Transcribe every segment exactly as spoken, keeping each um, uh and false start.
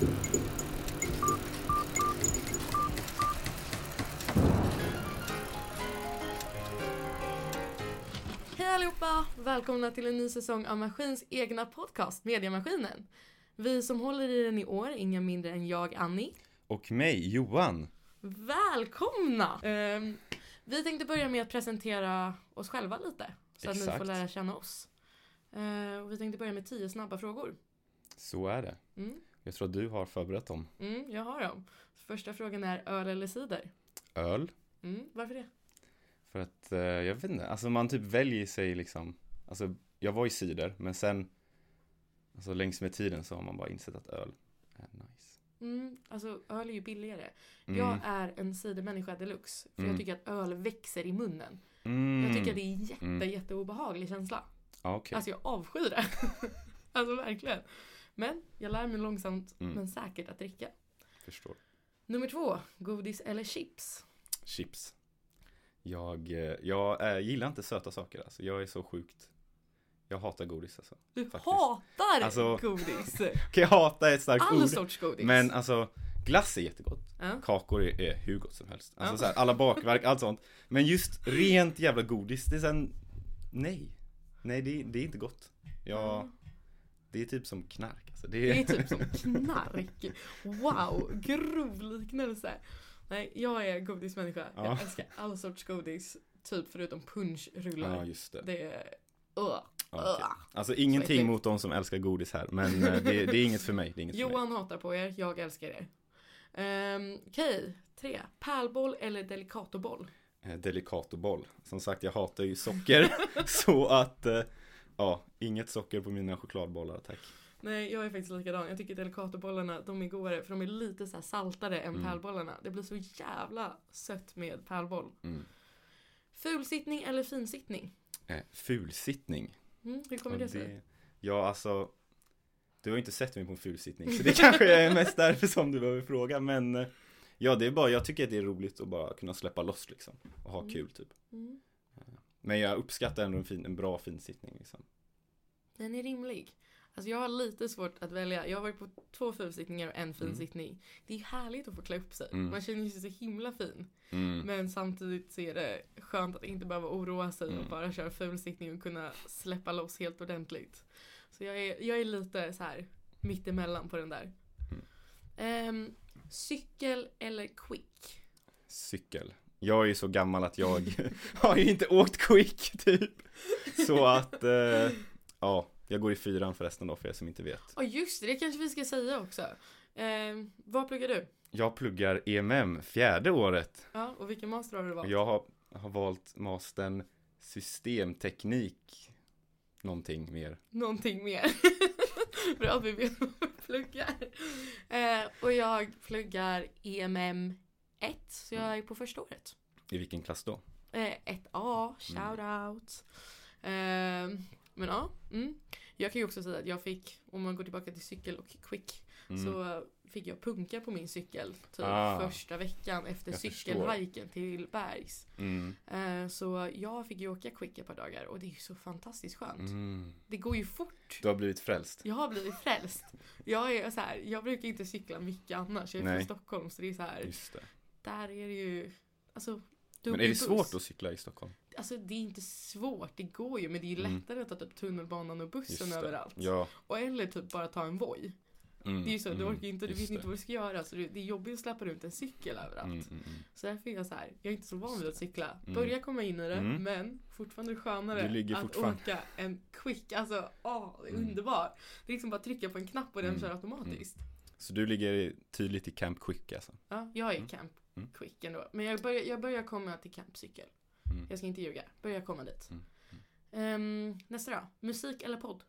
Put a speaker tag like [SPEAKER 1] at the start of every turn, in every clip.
[SPEAKER 1] Hej allihopa! Välkomna till en ny säsong av Maskins egna podcast, Mediamaskinen. Vi som håller i den i år, inga mindre än jag, Annie.
[SPEAKER 2] Och mig, Johan.
[SPEAKER 1] Välkomna! Um, vi tänkte börja med att presentera oss själva lite. Så Exakt. Att ni får lära känna oss. Uh, och vi tänkte börja med tio snabba frågor.
[SPEAKER 2] Så är det. Mm. Jag tror att du har förberett dem.
[SPEAKER 1] Mm, jag har dem. Första frågan är öl eller cider?
[SPEAKER 2] Öl.
[SPEAKER 1] Mm, varför det?
[SPEAKER 2] För att, uh, jag vet inte, alltså man typ väljer sig liksom, alltså jag var i cider, men sen, alltså längs med tiden så har man bara insett att öl är nice.
[SPEAKER 1] Mm, alltså öl är ju billigare. Mm. Jag är en cidermänniska deluxe, för mm. jag tycker att öl växer i munnen. Mm. Jag tycker att det är en jätte, mm. jätteobehaglig känsla.
[SPEAKER 2] Okay.
[SPEAKER 1] Alltså jag avskyr det. Alltså verkligen. Men jag lär mig långsamt mm. men säkert att dricka.
[SPEAKER 2] Förstår.
[SPEAKER 1] Nummer två, godis eller chips?
[SPEAKER 2] Chips. Jag, jag äh, gillar inte söta saker. Alltså. Jag är så sjukt. Jag hatar godis. Alltså,
[SPEAKER 1] du
[SPEAKER 2] faktiskt.
[SPEAKER 1] hatar
[SPEAKER 2] alltså,
[SPEAKER 1] godis?
[SPEAKER 2] Jag hatar ett starkt
[SPEAKER 1] All
[SPEAKER 2] ord.
[SPEAKER 1] sorts godis.
[SPEAKER 2] Men alltså, glass är jättegott. Uh. Kakor är, är hur gott som helst. Alltså, uh. så här, alla bakverk, allt sånt. Men just rent jävla godis, det är sen nej. Nej, det, det är inte gott. Jag, uh. Det är typ som knark. Alltså. Det, är...
[SPEAKER 1] det är typ som knark. Wow, grov liknelse. Nej, jag är godismänniska. Ja. Jag älskar all sorts godis. Typ förutom punchrullar.
[SPEAKER 2] Ja, just det.
[SPEAKER 1] Det är... Uh,
[SPEAKER 2] okay. uh. Alltså ingenting mot de som älskar godis här. Men det, det är inget för mig. Det är inget
[SPEAKER 1] Johan
[SPEAKER 2] för mig.
[SPEAKER 1] hatar på er, jag älskar er. Um, Okej, okay. tre. Pärlboll eller delicatoboll?
[SPEAKER 2] Eh, delicatoboll. Som sagt, jag hatar ju socker. Så att, eh, ja, inget socker på mina chokladbollar, tack.
[SPEAKER 1] Nej, jag är faktiskt likadan. Jag tycker delicatobollarna, de är godare. För de är lite så här saltare än mm. pärlbollarna. Det blir så jävla sött med pärlboll. Mm. Fulsittning eller finsittning?
[SPEAKER 2] Eh, fulsittning.
[SPEAKER 1] Mm, hur kommer det, det sig?
[SPEAKER 2] Ja, alltså... Du har inte sett mig på en fulsittning. Så det kanske är mest därför som du behöver fråga. Men ja, det är bara... Jag tycker att det är roligt att bara kunna släppa loss liksom. Och ha mm. kul typ. Mm. Men jag uppskattar ändå en, fin, en bra finsittning liksom. Den
[SPEAKER 1] är rimlig. Alltså jag har lite svårt att välja. Jag har varit på två fulsittningar och en finsittning. Mm. Det är härligt att få klä upp sig. Mm. Man känner sig så himla fin. Mm. Men samtidigt så är det skönt att inte behöva oroa sig mm. och bara köra fulsittning och kunna släppa loss helt ordentligt. Så jag är, jag är lite så här mittemellan på den där. Mm. Um, cykel eller quick?
[SPEAKER 2] Cykel. Jag är ju så gammal att jag har ju inte åkt quick typ. Så att, uh, ja... Jag går i fyran förresten då, för er som inte vet.
[SPEAKER 1] Ja, just det. Det kanske vi ska säga också. Eh, vad pluggar du?
[SPEAKER 2] Jag pluggar E M M, fjärde året.
[SPEAKER 1] Ja, och vilken master har du valt?
[SPEAKER 2] Jag har, har valt mastern systemteknik. Någonting mer.
[SPEAKER 1] Någonting mer. Bra att vi vet vad vi pluggar. Eh, och jag pluggar E M M ett, så jag är på första året.
[SPEAKER 2] I vilken klass då?
[SPEAKER 1] Eh, ett A, shout out. Mm. Eh, Men ja, mm. jag kan ju också säga att jag fick, om man går tillbaka till cykel och quick, mm. så fick jag punka på min cykel typ ah, första veckan efter cykelhajken till Bergs. Mm. Uh, så jag fick ju åka quick ett par dagar och det är ju så fantastiskt skönt. Mm. Det går ju fort.
[SPEAKER 2] Du har blivit frälst.
[SPEAKER 1] Jag har blivit frälst. Jag är så här, jag brukar inte cykla mycket annars. Jag är Nej. från Stockholm, så det är så här. Just det. Där är det ju, alltså...
[SPEAKER 2] Men är det svårt att cykla i Stockholm?
[SPEAKER 1] Alltså det är inte svårt, det går ju. Men det är ju lättare mm. att ta typ tunnelbanan och bussen överallt.
[SPEAKER 2] Ja.
[SPEAKER 1] Och eller typ bara ta en Voi. Mm. Det är ju så, du orkar inte, du vet inte vad du ska göra. Så det är jobbigt att släppa runt en cykel överallt. Mm, mm, mm. Så därför är jag så här, jag är inte så van vid att cykla. Mm. Börja komma in i det, mm. men fortfarande skönare att fortfarande. åka en quick. Alltså, åh, det är mm. underbart. Det är liksom bara att trycka på en knapp och den mm. kör automatiskt. Mm.
[SPEAKER 2] Så du ligger tydligt i Camp Quick alltså?
[SPEAKER 1] Ja, jag är mm. Camp Mm. Quick ändå. Men jag börjar, jag börjar komma till campcykel. Mm. Jag ska inte ljuga. Börjar komma dit. Mm. Mm. Um, nästa då. Musik eller podd?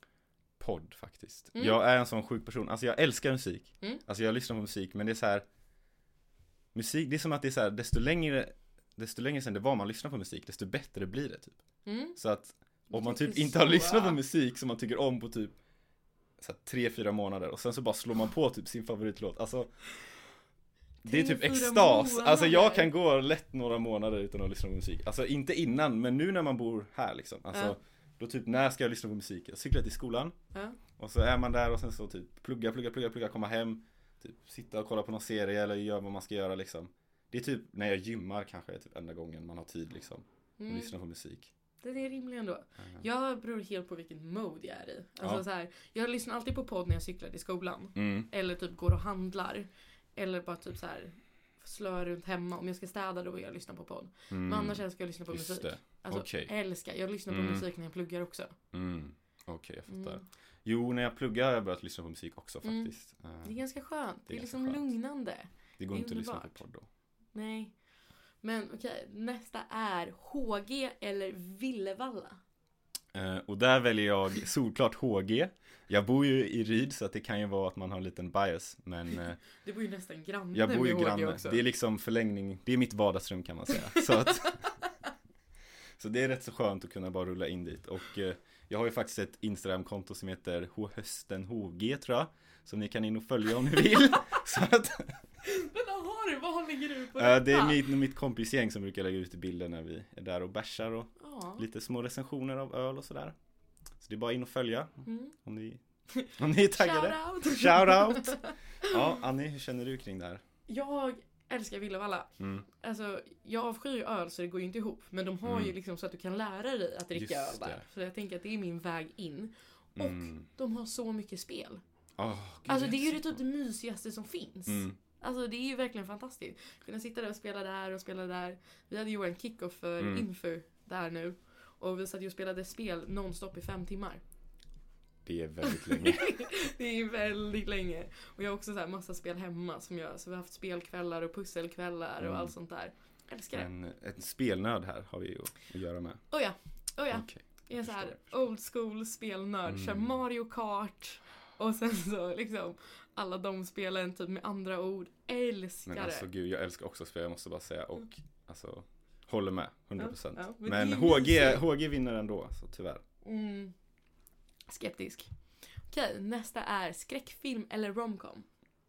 [SPEAKER 2] Podd faktiskt. Mm. Jag är en sån sjuk person. Alltså jag älskar musik. Mm. Alltså jag lyssnar på musik. Men det är så här. Musik, det är som att det är så här. Desto längre, desto längre sedan det var man lyssnar på musik, desto bättre blir det typ. Mm. Så att om man typ inte har lyssnat på musik som man tycker om på typ så här, tre, fyra månader. Och sen så bara slår man på typ sin favoritlåt. Alltså det är typ extas. Alltså jag kan gå lätt några månader utan att lyssna på musik. Alltså inte innan, men nu när man bor här liksom. Alltså, Då typ, när ska jag lyssna på musik? Jag cyklar till skolan.
[SPEAKER 1] Ja.
[SPEAKER 2] Och så är man där och sen så typ plugga, plugga, plugga, plugga, komma hem. Typ sitta och kolla på någon serie eller göra vad man ska göra liksom. Det är typ när jag gymmar kanske är typ enda gången man har tid liksom. Och
[SPEAKER 1] Mm.
[SPEAKER 2] lyssna på musik.
[SPEAKER 1] Det är rimligt ändå.
[SPEAKER 2] Mm.
[SPEAKER 1] Jag beror helt på vilket mode jag är i. Alltså
[SPEAKER 2] Ja.
[SPEAKER 1] så här, jag lyssnar alltid på podd när jag cyklar till skolan.
[SPEAKER 2] Mm.
[SPEAKER 1] Eller typ går och handlar. Eller bara typ så här slår runt hemma. Om jag ska städa då vill jag lyssna på podd.
[SPEAKER 2] Mm.
[SPEAKER 1] Men annars älskar jag att lyssna på
[SPEAKER 2] Just
[SPEAKER 1] musik.
[SPEAKER 2] det.
[SPEAKER 1] Alltså
[SPEAKER 2] Okej.
[SPEAKER 1] älskar. Jag lyssnar på
[SPEAKER 2] Mm.
[SPEAKER 1] musik när jag pluggar också.
[SPEAKER 2] Mm. Okej, okay, jag fattar.
[SPEAKER 1] Mm.
[SPEAKER 2] Jo, när jag pluggar har jag börjat lyssna på musik också
[SPEAKER 1] Mm.
[SPEAKER 2] faktiskt. Eh,
[SPEAKER 1] Det är ganska skönt. Det är,
[SPEAKER 2] Det är
[SPEAKER 1] liksom
[SPEAKER 2] ganska skönt.
[SPEAKER 1] lugnande.
[SPEAKER 2] det går
[SPEAKER 1] det är
[SPEAKER 2] inte att lyssna på
[SPEAKER 1] underbart.
[SPEAKER 2] podd då.
[SPEAKER 1] Nej. Men okej, nästa är H G eller Villevalla.
[SPEAKER 2] Eh, och där väljer jag solklart H G. Jag bor ju i Ryd så att det kan ju vara att man har en liten bias. Men eh,
[SPEAKER 1] Du bor ju nästan granne
[SPEAKER 2] jag bor ju
[SPEAKER 1] med H G
[SPEAKER 2] granne.
[SPEAKER 1] också.
[SPEAKER 2] Det är liksom förlängning. Det är mitt vardagsrum kan man säga. Så, att, så det är rätt så skönt att kunna bara rulla in dit. Och eh, jag har ju faktiskt ett Instagram-konto som heter hösten H G tror jag. Som ni kan in och följa om ni vill. Så att,
[SPEAKER 1] Men vad har du? Vad lägger du ut på
[SPEAKER 2] eh,
[SPEAKER 1] detta?
[SPEAKER 2] det är mitt, mitt kompisgäng som brukar lägga ut bilder när vi är där och bärsar och
[SPEAKER 1] Ja.
[SPEAKER 2] lite små recensioner av öl och sådär. Så det är bara in och följa
[SPEAKER 1] Mm.
[SPEAKER 2] om ni, om ni är taggade.
[SPEAKER 1] Shout out!
[SPEAKER 2] Shout out! Ja, Annie, hur känner du kring det här?
[SPEAKER 1] Jag älskar Villevalla.
[SPEAKER 2] Mm.
[SPEAKER 1] Alltså, jag avskyr ju öl så det går ju inte ihop. Men de har
[SPEAKER 2] Mm.
[SPEAKER 1] ju liksom så att du kan lära dig att dricka
[SPEAKER 2] Just
[SPEAKER 1] öl där.
[SPEAKER 2] det.
[SPEAKER 1] Så jag tänker att det är min väg in. Och
[SPEAKER 2] Mm.
[SPEAKER 1] de har så mycket spel.
[SPEAKER 2] Oh, gud,
[SPEAKER 1] Alltså det är ju
[SPEAKER 2] så
[SPEAKER 1] det typ det mysigaste som finns.
[SPEAKER 2] Mm.
[SPEAKER 1] Alltså det är ju verkligen fantastiskt. Kunna sitta där och spela där och spela där. Vi hade ju en kick-off för
[SPEAKER 2] Mm.
[SPEAKER 1] info där nu. Och vi satt ju och spelade spel nonstop i fem timmar.
[SPEAKER 2] Det är väldigt länge.
[SPEAKER 1] Det är väldigt länge. Och jag har också så här massa spel hemma som jag, så vi har haft spelkvällar och pusselkvällar och
[SPEAKER 2] Mm.
[SPEAKER 1] allt sånt där. Älskar det.
[SPEAKER 2] En, en spelnörd här har vi ju att, att göra med.
[SPEAKER 1] Oh ja, oh ja.
[SPEAKER 2] Okej.
[SPEAKER 1] Jag är så här
[SPEAKER 2] förstår,
[SPEAKER 1] old school spelnörd.
[SPEAKER 2] Mm.
[SPEAKER 1] Kör Mario Kart. Och sen så liksom alla de spelen typ med andra ord. Älskar
[SPEAKER 2] Men alltså
[SPEAKER 1] det.
[SPEAKER 2] gud, jag älskar också spel, jag måste bara säga. Och alltså, håller med, hundra procent.
[SPEAKER 1] Ja, ja, men
[SPEAKER 2] men
[SPEAKER 1] det är
[SPEAKER 2] H G,
[SPEAKER 1] mysigt.
[SPEAKER 2] H G vinner ändå, så tyvärr.
[SPEAKER 1] Mm. Skeptisk. Okej, nästa är skräckfilm eller romcom.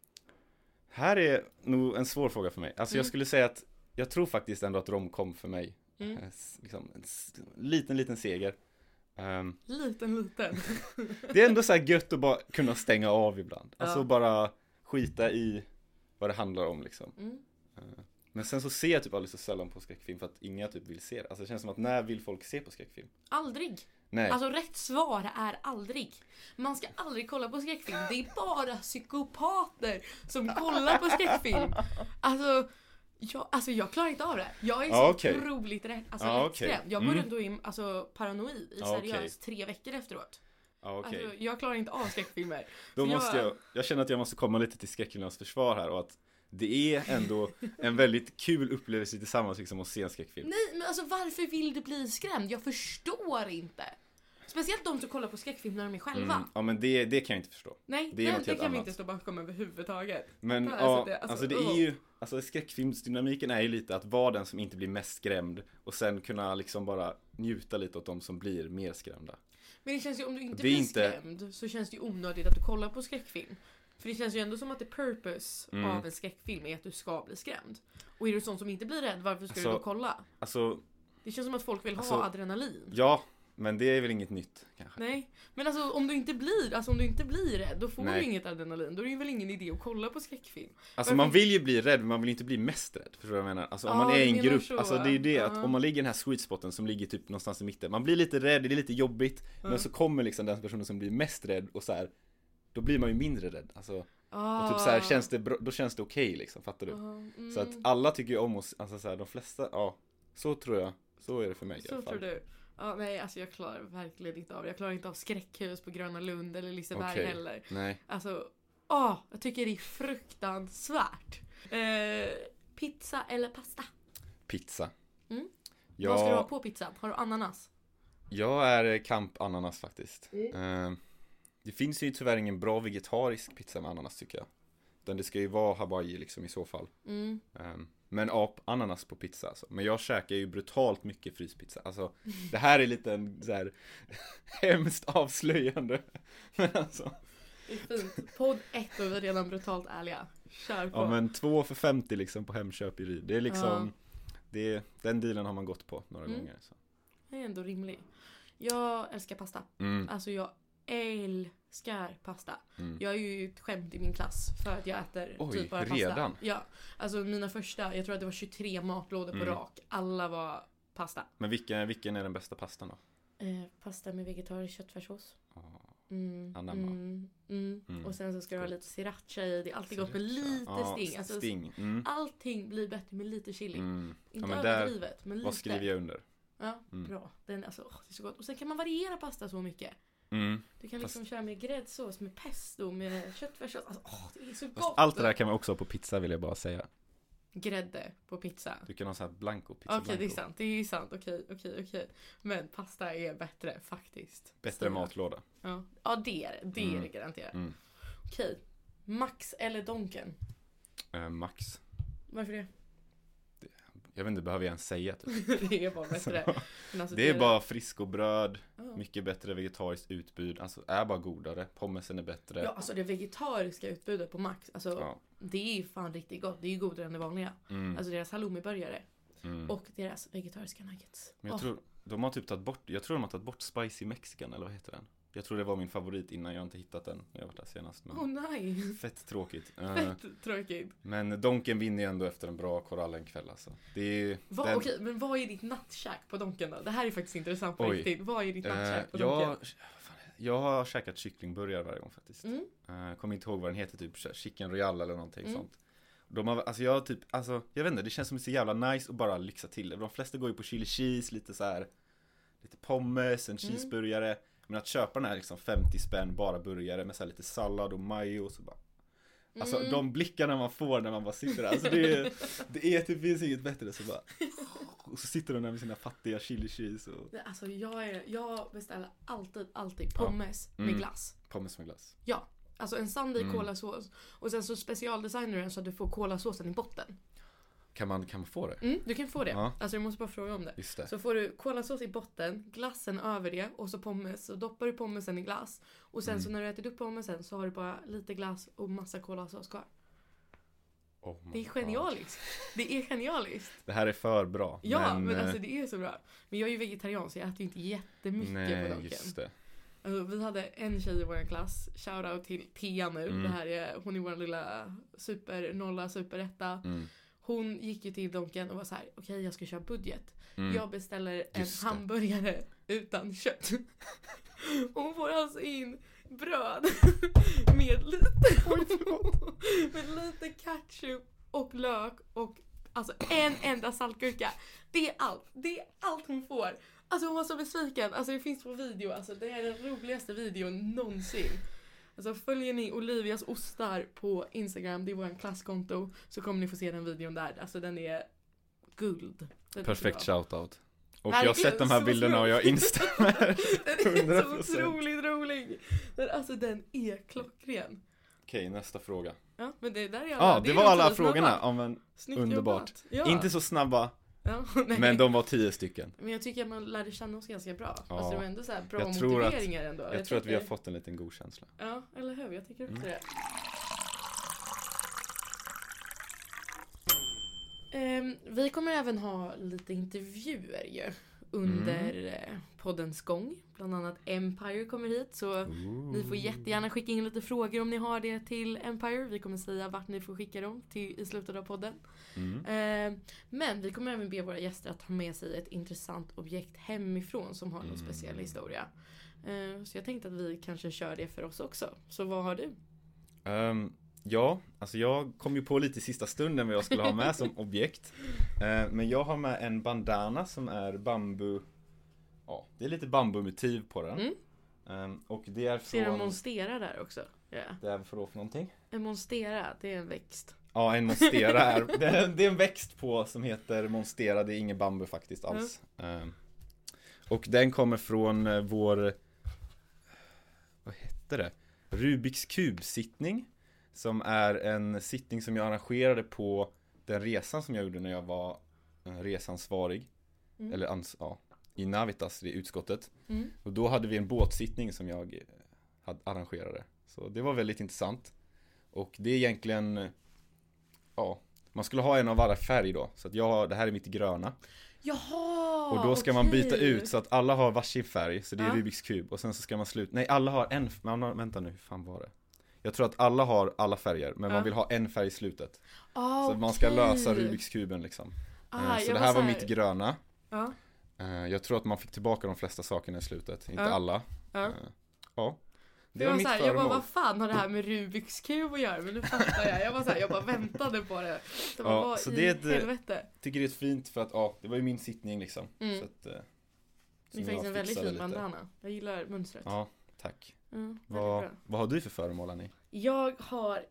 [SPEAKER 2] Här är nog en svår fråga för mig. Alltså
[SPEAKER 1] Mm.
[SPEAKER 2] jag skulle säga att jag tror faktiskt ändå att romcom för mig.
[SPEAKER 1] Mm.
[SPEAKER 2] Eh, s- Liksom, en s- liten, liten seger. Ehm,
[SPEAKER 1] Liten, liten.
[SPEAKER 2] det är ändå så här gött att bara kunna stänga av ibland. Alltså
[SPEAKER 1] Ja.
[SPEAKER 2] bara skita i vad det handlar om liksom.
[SPEAKER 1] Mm.
[SPEAKER 2] Eh, Men sen så ser jag typ aldrig så sällan på skräckfilm för att inga typ vill se det. Alltså det känns som att när vill folk se på skräckfilm?
[SPEAKER 1] Aldrig.
[SPEAKER 2] Nej.
[SPEAKER 1] Alltså rätt svar är aldrig. Man ska aldrig kolla på skräckfilm. Det är bara psykopater som kollar på skräckfilm. Alltså jag, alltså jag klarar inte av det. Jag är så
[SPEAKER 2] Ja, okej.
[SPEAKER 1] otroligt rädd, alltså
[SPEAKER 2] Ja,
[SPEAKER 1] rätt
[SPEAKER 2] okej.
[SPEAKER 1] skrämd. Jag går
[SPEAKER 2] Mm.
[SPEAKER 1] runt och är alltså, paranoid i
[SPEAKER 2] Ja,
[SPEAKER 1] seriöst
[SPEAKER 2] okej.
[SPEAKER 1] tre veckor efteråt.
[SPEAKER 2] Ja, okej.
[SPEAKER 1] Alltså, jag klarar inte av skräckfilmer.
[SPEAKER 2] Då
[SPEAKER 1] så
[SPEAKER 2] måste
[SPEAKER 1] jag-
[SPEAKER 2] jag, jag känner att jag måste komma lite till skräckfilmernas försvar här och att det är ändå en väldigt kul upplevelse tillsammans liksom att se en skräckfilm.
[SPEAKER 1] Nej, men alltså varför vill du bli skrämd? Jag förstår inte. Speciellt de som kollar på skräckfilm när de är själva.
[SPEAKER 2] Mm. Ja men det, det kan jag inte förstå.
[SPEAKER 1] Nej,
[SPEAKER 2] Det är
[SPEAKER 1] det,
[SPEAKER 2] något
[SPEAKER 1] det
[SPEAKER 2] helt
[SPEAKER 1] kan vi
[SPEAKER 2] annat.
[SPEAKER 1] inte stå bakom överhuvudtaget.
[SPEAKER 2] Men
[SPEAKER 1] Ja,
[SPEAKER 2] ja,
[SPEAKER 1] alltså det-
[SPEAKER 2] alltså,
[SPEAKER 1] alltså,
[SPEAKER 2] det är
[SPEAKER 1] oh.
[SPEAKER 2] ju, alltså skräckfilmsdynamiken är ju lite att vara den som inte blir mest skrämd och sen kunna liksom bara njuta lite åt de som blir mer skrämda.
[SPEAKER 1] Men det känns ju, om du inte
[SPEAKER 2] Det är
[SPEAKER 1] blir
[SPEAKER 2] inte-
[SPEAKER 1] skrämd så känns det ju onödigt att du kollar på skräckfilm. För det känns ju ändå som att the purpose
[SPEAKER 2] Mm.
[SPEAKER 1] av en skräckfilm är att du ska bli skrämd. Och är du sån som inte blir rädd, varför ska du
[SPEAKER 2] Alltså-
[SPEAKER 1] då kolla?
[SPEAKER 2] Alltså,
[SPEAKER 1] Det känns som att folk vill
[SPEAKER 2] Alltså-
[SPEAKER 1] ha adrenalin.
[SPEAKER 2] ja, men det är väl inget nytt kanske.
[SPEAKER 1] Nej, men alltså om du inte blir, alltså om du inte blir rädd, då får
[SPEAKER 2] Nej.
[SPEAKER 1] du inget adrenalin. Då är det ju väl ingen idé att kolla på skräckfilm.
[SPEAKER 2] Alltså
[SPEAKER 1] Varför
[SPEAKER 2] man
[SPEAKER 1] inte-
[SPEAKER 2] vill ju bli rädd men man vill inte bli mest rädd. Förstår du vad jag menar? Alltså om
[SPEAKER 1] Ja,
[SPEAKER 2] man är i
[SPEAKER 1] du
[SPEAKER 2] en
[SPEAKER 1] menar
[SPEAKER 2] grupp,
[SPEAKER 1] så,
[SPEAKER 2] alltså det är ju det
[SPEAKER 1] ja.
[SPEAKER 2] att om man ligger i den här sweet spoten som ligger typ någonstans i mitten. Man blir lite rädd, det är lite jobbigt.
[SPEAKER 1] Ja.
[SPEAKER 2] Men så kommer liksom den personen som blir mest rädd och så här, då blir man ju mindre rädd. Alltså,
[SPEAKER 1] Ah.
[SPEAKER 2] och typ så här, känns det bra, då känns det okej liksom, fattar du?
[SPEAKER 1] Ah, mm.
[SPEAKER 2] Så att alla tycker ju om oss, alltså så här, de flesta, ja, så tror jag. Så är det för mig i
[SPEAKER 1] Så
[SPEAKER 2] alla fall.
[SPEAKER 1] tror du. Ja, nej, alltså jag klarar verkligen inte av det. Jag klarar inte av skräckhus på Gröna Lund eller Liseberg
[SPEAKER 2] Okej.
[SPEAKER 1] heller.
[SPEAKER 2] Nej.
[SPEAKER 1] Alltså, åh, jag tycker det är fruktansvärt. Eh, pizza eller pasta?
[SPEAKER 2] Pizza.
[SPEAKER 1] Mm.
[SPEAKER 2] Jag,
[SPEAKER 1] Vad ska du ha på pizzan? Har du ananas?
[SPEAKER 2] jag är kamp ananas faktiskt.
[SPEAKER 1] Mm.
[SPEAKER 2] Eh, det finns ju tyvärr ingen bra vegetarisk pizza med ananas tycker jag. Utan det ska ju vara Hawaii liksom i så fall.
[SPEAKER 1] Mm.
[SPEAKER 2] Um, men ap, ananas på pizza alltså. Men jag käkar ju brutalt mycket fryspizza. Alltså, det här är lite en så här hemskt avslöjande. Men alltså,
[SPEAKER 1] Det är fint. Podd ett och vi är redan brutalt ärliga. Kör på.
[SPEAKER 2] ja men två för femtio liksom på Hemköp i Ryd. Det är liksom, det är, den dealen har man gått på några
[SPEAKER 1] Mm.
[SPEAKER 2] gånger. Så.
[SPEAKER 1] Det är ändå rimligt. Jag älskar pasta.
[SPEAKER 2] Mm.
[SPEAKER 1] Alltså jag älskar pasta.
[SPEAKER 2] Mm.
[SPEAKER 1] Jag är ju ett skämt i min klass för att jag äter
[SPEAKER 2] Oj,
[SPEAKER 1] typ bara pasta.
[SPEAKER 2] redan?
[SPEAKER 1] Ja, alltså mina första, jag tror att det var tjugotre matlådor på
[SPEAKER 2] Mm.
[SPEAKER 1] rak. Alla var pasta.
[SPEAKER 2] Men vilken, vilken är den bästa pastan då?
[SPEAKER 1] Eh, pasta med vegetarisk köttfärssås.
[SPEAKER 2] Oh.
[SPEAKER 1] Mm,
[SPEAKER 2] Anamma.
[SPEAKER 1] mm, mm.
[SPEAKER 2] Mm.
[SPEAKER 1] Och sen så ska du ha
[SPEAKER 2] Gott.
[SPEAKER 1] lite sriracha i. Det är alltid gott med lite
[SPEAKER 2] Ja,
[SPEAKER 1] sting. Alltså,
[SPEAKER 2] sting. Mm.
[SPEAKER 1] allting blir bättre med lite chili.
[SPEAKER 2] Mm.
[SPEAKER 1] Inte
[SPEAKER 2] Ja, men där-
[SPEAKER 1] överdrivet, men lite.
[SPEAKER 2] Vad skriver jag under?
[SPEAKER 1] Ja,
[SPEAKER 2] Mm.
[SPEAKER 1] bra. Den, alltså, åh, det är så gott. Och sen kan man variera pasta så mycket.
[SPEAKER 2] Mm.
[SPEAKER 1] Du kan liksom
[SPEAKER 2] Fast-
[SPEAKER 1] köra med gräddsås, med pesto, med köttfärssås. Alltså, åh, det är så
[SPEAKER 2] Fast
[SPEAKER 1] gott.
[SPEAKER 2] allt det där kan man också ha på pizza, vill jag bara säga.
[SPEAKER 1] Grädde på pizza.
[SPEAKER 2] Du kan ha så här blanco pizza.
[SPEAKER 1] Okej, det är
[SPEAKER 2] blanco.
[SPEAKER 1] sant. Det är sant. Okej, okej, okej. Men pasta är bättre, faktiskt.
[SPEAKER 2] Bättre
[SPEAKER 1] Så-
[SPEAKER 2] matlåda.
[SPEAKER 1] Ja, ja det är det. Det är
[SPEAKER 2] Mm.
[SPEAKER 1] det garanterat.
[SPEAKER 2] Mm.
[SPEAKER 1] Okej. Max eller Donken?
[SPEAKER 2] Eh, Max.
[SPEAKER 1] Varför det?
[SPEAKER 2] Jag vet inte, behöver jag ens säga typ.
[SPEAKER 1] Det är bara bättre. Men alltså,
[SPEAKER 2] Det är bara friskobröd,
[SPEAKER 1] Ja.
[SPEAKER 2] mycket bättre vegetariskt utbud. Alltså är bara godare. Pommesen är bättre.
[SPEAKER 1] Ja, alltså det vegetariska utbudet på Max. Alltså,
[SPEAKER 2] Ja.
[SPEAKER 1] det är ju fan riktigt gott. Det är ju godare än det vanliga.
[SPEAKER 2] Mm.
[SPEAKER 1] Alltså deras halloumiburgare.
[SPEAKER 2] Mm.
[SPEAKER 1] Och deras vegetariska nuggets.
[SPEAKER 2] Men jag
[SPEAKER 1] Åh,
[SPEAKER 2] tror de har typ tagit bort, jag tror de har tagit bort spicy mexican, eller vad heter den? Jag tror det var min favorit innan, jag har inte hittat den när jag var där senast. Men
[SPEAKER 1] Åh nej.
[SPEAKER 2] fett tråkigt. Eh,
[SPEAKER 1] Fett tråkigt.
[SPEAKER 2] men Donken vinner ju ändå efter en bra korallenkväll alltså. Det är
[SPEAKER 1] Va,
[SPEAKER 2] den,
[SPEAKER 1] Okej, men vad är ditt nattkäk på Donken då? Det här är faktiskt intressant på
[SPEAKER 2] Oj.
[SPEAKER 1] riktigt. Vad är ditt
[SPEAKER 2] eh,
[SPEAKER 1] nattkäk på
[SPEAKER 2] jag,
[SPEAKER 1] Donken?
[SPEAKER 2] vad fan är det? Jag har käkat kycklingburgare varje gång faktiskt.
[SPEAKER 1] Mm.
[SPEAKER 2] Eh, kommer inte ihåg vad den heter, typ chicken royal eller någonting
[SPEAKER 1] Mm.
[SPEAKER 2] sånt. De har, alltså jag typ, alltså jag vet inte, det känns som så jävla nice att bara lyxa till det. De flesta går ju på chili cheese, lite så här, lite pommes, en
[SPEAKER 1] Mm.
[SPEAKER 2] cheeseburgare. Men att köpa den här liksom femtio spänn, bara burgare med så här lite sallad och majo och så bara. Alltså
[SPEAKER 1] Mm.
[SPEAKER 2] de blickarna man får när man bara sitter där, alltså det är, det är typ, finns inget bättre så bara. Och så sitter de där med sina fattiga chili cheese och
[SPEAKER 1] Alltså jag, är, jag beställer alltid, alltid pommes
[SPEAKER 2] Ja. Mm.
[SPEAKER 1] med glass.
[SPEAKER 2] pommes med glass.
[SPEAKER 1] Ja, alltså en sandig
[SPEAKER 2] Mm.
[SPEAKER 1] kolasås. Och sen så specialdesignar du den så att du får kolasåsen i botten.
[SPEAKER 2] Kan man, kan man få det?
[SPEAKER 1] Mm, du kan få det.
[SPEAKER 2] Ja.
[SPEAKER 1] Alltså jag måste bara fråga om det.
[SPEAKER 2] Just det.
[SPEAKER 1] Så får du kolasås i botten, glassen över det och så pommes. Så doppar du pommesen i glass. Och sen
[SPEAKER 2] Mm.
[SPEAKER 1] så när du ätit upp pommesen så har du bara lite glass och massa kolasås kvar.
[SPEAKER 2] Oh my
[SPEAKER 1] Det är
[SPEAKER 2] God.
[SPEAKER 1] genialiskt. Det är genialiskt.
[SPEAKER 2] Det här är för bra.
[SPEAKER 1] Ja, men,
[SPEAKER 2] eh,
[SPEAKER 1] alltså det är så bra. Men jag är ju vegetarian så jag äter ju inte jättemycket
[SPEAKER 2] nej,
[SPEAKER 1] på Donken.
[SPEAKER 2] just det.
[SPEAKER 1] Alltså, vi hade en tjej i vår klass, shoutout till Tia nu.
[SPEAKER 2] Mm.
[SPEAKER 1] Det här är, hon är vår lilla super nolla superetta.
[SPEAKER 2] Mm.
[SPEAKER 1] Hon gick ju till Donken och var så här: okej, jag ska köra budget.
[SPEAKER 2] Mm.
[SPEAKER 1] Jag beställer en
[SPEAKER 2] Just det.
[SPEAKER 1] hamburgare utan kött. Och hon får alltså in bröd med lite med lite ketchup och lök och alltså en enda saltgurka. Det är allt. Det är allt hon får. Alltså hon var så besviken. Alltså det finns på video. Alltså det är den roligaste videon någonsin. Alltså följer ni Olivias ostar på Instagram, det är vår klasskonto, så kommer ni få se den videon där. Alltså den är guld. Den är
[SPEAKER 2] Perfekt
[SPEAKER 1] så bra.
[SPEAKER 2] shoutout. Och jag har sett de här
[SPEAKER 1] Så
[SPEAKER 2] bilderna och jag instämmer.
[SPEAKER 1] Den är
[SPEAKER 2] hundra
[SPEAKER 1] så
[SPEAKER 2] procent.
[SPEAKER 1] otroligt rolig. Den, alltså den är klockren.
[SPEAKER 2] Okej, nästa fråga.
[SPEAKER 1] Ja, men det där är alla.
[SPEAKER 2] Ja, det
[SPEAKER 1] är
[SPEAKER 2] var
[SPEAKER 1] de
[SPEAKER 2] alla
[SPEAKER 1] tio
[SPEAKER 2] frågorna.
[SPEAKER 1] snabba.
[SPEAKER 2] Ja, men
[SPEAKER 1] Snyggt
[SPEAKER 2] underbart.
[SPEAKER 1] jobbat. Ja.
[SPEAKER 2] inte så snabba,
[SPEAKER 1] Ja, nej.
[SPEAKER 2] men de var tio stycken.
[SPEAKER 1] Men jag tycker att man lärde känna oss ganska bra.
[SPEAKER 2] Ja.
[SPEAKER 1] Alltså det var ändå så här bra
[SPEAKER 2] Jag tror att-
[SPEAKER 1] motiveringar ändå.
[SPEAKER 2] Jag, tror att vi har
[SPEAKER 1] tycker-
[SPEAKER 2] fått en liten god känsla.
[SPEAKER 1] Ja, eller hur? Jag tycker också
[SPEAKER 2] Mm.
[SPEAKER 1] det. Ehm, vi kommer även ha lite intervjuer ju under
[SPEAKER 2] Mm.
[SPEAKER 1] eh, poddens gång. Bland annat Empire kommer hit. Så ni får jättegärna skicka in lite frågor om ni har det till Empire. Vi kommer säga vart ni får skicka dem till i slutet av podden.
[SPEAKER 2] Mm.
[SPEAKER 1] Ehm, men vi kommer även be våra gäster att ta med sig ett intressant objekt hemifrån som har någon
[SPEAKER 2] Mm.
[SPEAKER 1] speciell historia. Ehm, så jag tänkte att vi kanske kör det för oss också. Så vad har du?
[SPEAKER 2] Ehm, ja, alltså jag kom ju på lite i sista stunden vad jag skulle ha med som objekt. Ehm, men jag har med en bandana som är bambu. Ja, det är lite bambumotiv på den.
[SPEAKER 1] Mm.
[SPEAKER 2] Ehm, och det är
[SPEAKER 1] Ser en
[SPEAKER 2] från...
[SPEAKER 1] monstera där också? Ja.
[SPEAKER 2] Det är för då för någonting?
[SPEAKER 1] En monstera, det är en växt.
[SPEAKER 2] Ja, en monstera är, det är, det är en växt på som heter monstera, det är ingen bambu faktiskt alls. Mm. Och den kommer från eh, vår, vad heter det? Rubiks kub-sittning. Som är en sittning som jag arrangerade på den resan som jag gjorde när jag var eh, resansvarig.
[SPEAKER 1] Mm.
[SPEAKER 2] Eller ans- ja, i Navitas, i utskottet.
[SPEAKER 1] Mm.
[SPEAKER 2] Och då hade vi en båtsittning som jag eh, hade arrangerade. Så det var väldigt intressant. Och det är egentligen, ja, man skulle ha en av varje färg då. Så att jag, det här är mitt gröna.
[SPEAKER 1] Jaha,
[SPEAKER 2] Och då ska
[SPEAKER 1] okej.
[SPEAKER 2] man byta ut så att alla har varsin färg. Så det är
[SPEAKER 1] Ja.
[SPEAKER 2] Rubiks kub. Och sen så ska man sluta. Nej, alla har en. Men, vänta nu, hur fan var det? Jag tror att alla har alla färger. Men
[SPEAKER 1] Ja.
[SPEAKER 2] man vill ha en färg i slutet.
[SPEAKER 1] Ah,
[SPEAKER 2] Så att man ska
[SPEAKER 1] okej.
[SPEAKER 2] lösa Rubiks kuben liksom.
[SPEAKER 1] Ah,
[SPEAKER 2] Eh, så
[SPEAKER 1] jag
[SPEAKER 2] det här var
[SPEAKER 1] så
[SPEAKER 2] mitt gröna.
[SPEAKER 1] Ja.
[SPEAKER 2] Eh, Jag tror att man fick tillbaka de flesta sakerna i slutet. Inte
[SPEAKER 1] Ja.
[SPEAKER 2] alla.
[SPEAKER 1] Ja.
[SPEAKER 2] Eh, Ja.
[SPEAKER 1] Det
[SPEAKER 2] Det
[SPEAKER 1] var
[SPEAKER 2] var mitt
[SPEAKER 1] så här, jag bara,
[SPEAKER 2] föremål.
[SPEAKER 1] vad fan har det här med Rubiks kub att göra? Men nu fattar jag. Jag var så här, jag bara väntade på det. Det var,
[SPEAKER 2] Ja,
[SPEAKER 1] vad
[SPEAKER 2] så
[SPEAKER 1] i
[SPEAKER 2] det är ett-
[SPEAKER 1] helvete?
[SPEAKER 2] Tycker det är fint för att, ja, det var ju min sittning liksom.
[SPEAKER 1] Mm.
[SPEAKER 2] Så att, eh,
[SPEAKER 1] Det är
[SPEAKER 2] som
[SPEAKER 1] faktiskt
[SPEAKER 2] jag
[SPEAKER 1] en väldigt
[SPEAKER 2] fixade
[SPEAKER 1] fin
[SPEAKER 2] lite.
[SPEAKER 1] bandana. Jag gillar mönstret.
[SPEAKER 2] Ja, tack.
[SPEAKER 1] Ja, väldigt
[SPEAKER 2] Vad,
[SPEAKER 1] bra.
[SPEAKER 2] vad har du för föremål, Annie?
[SPEAKER 1] Jag har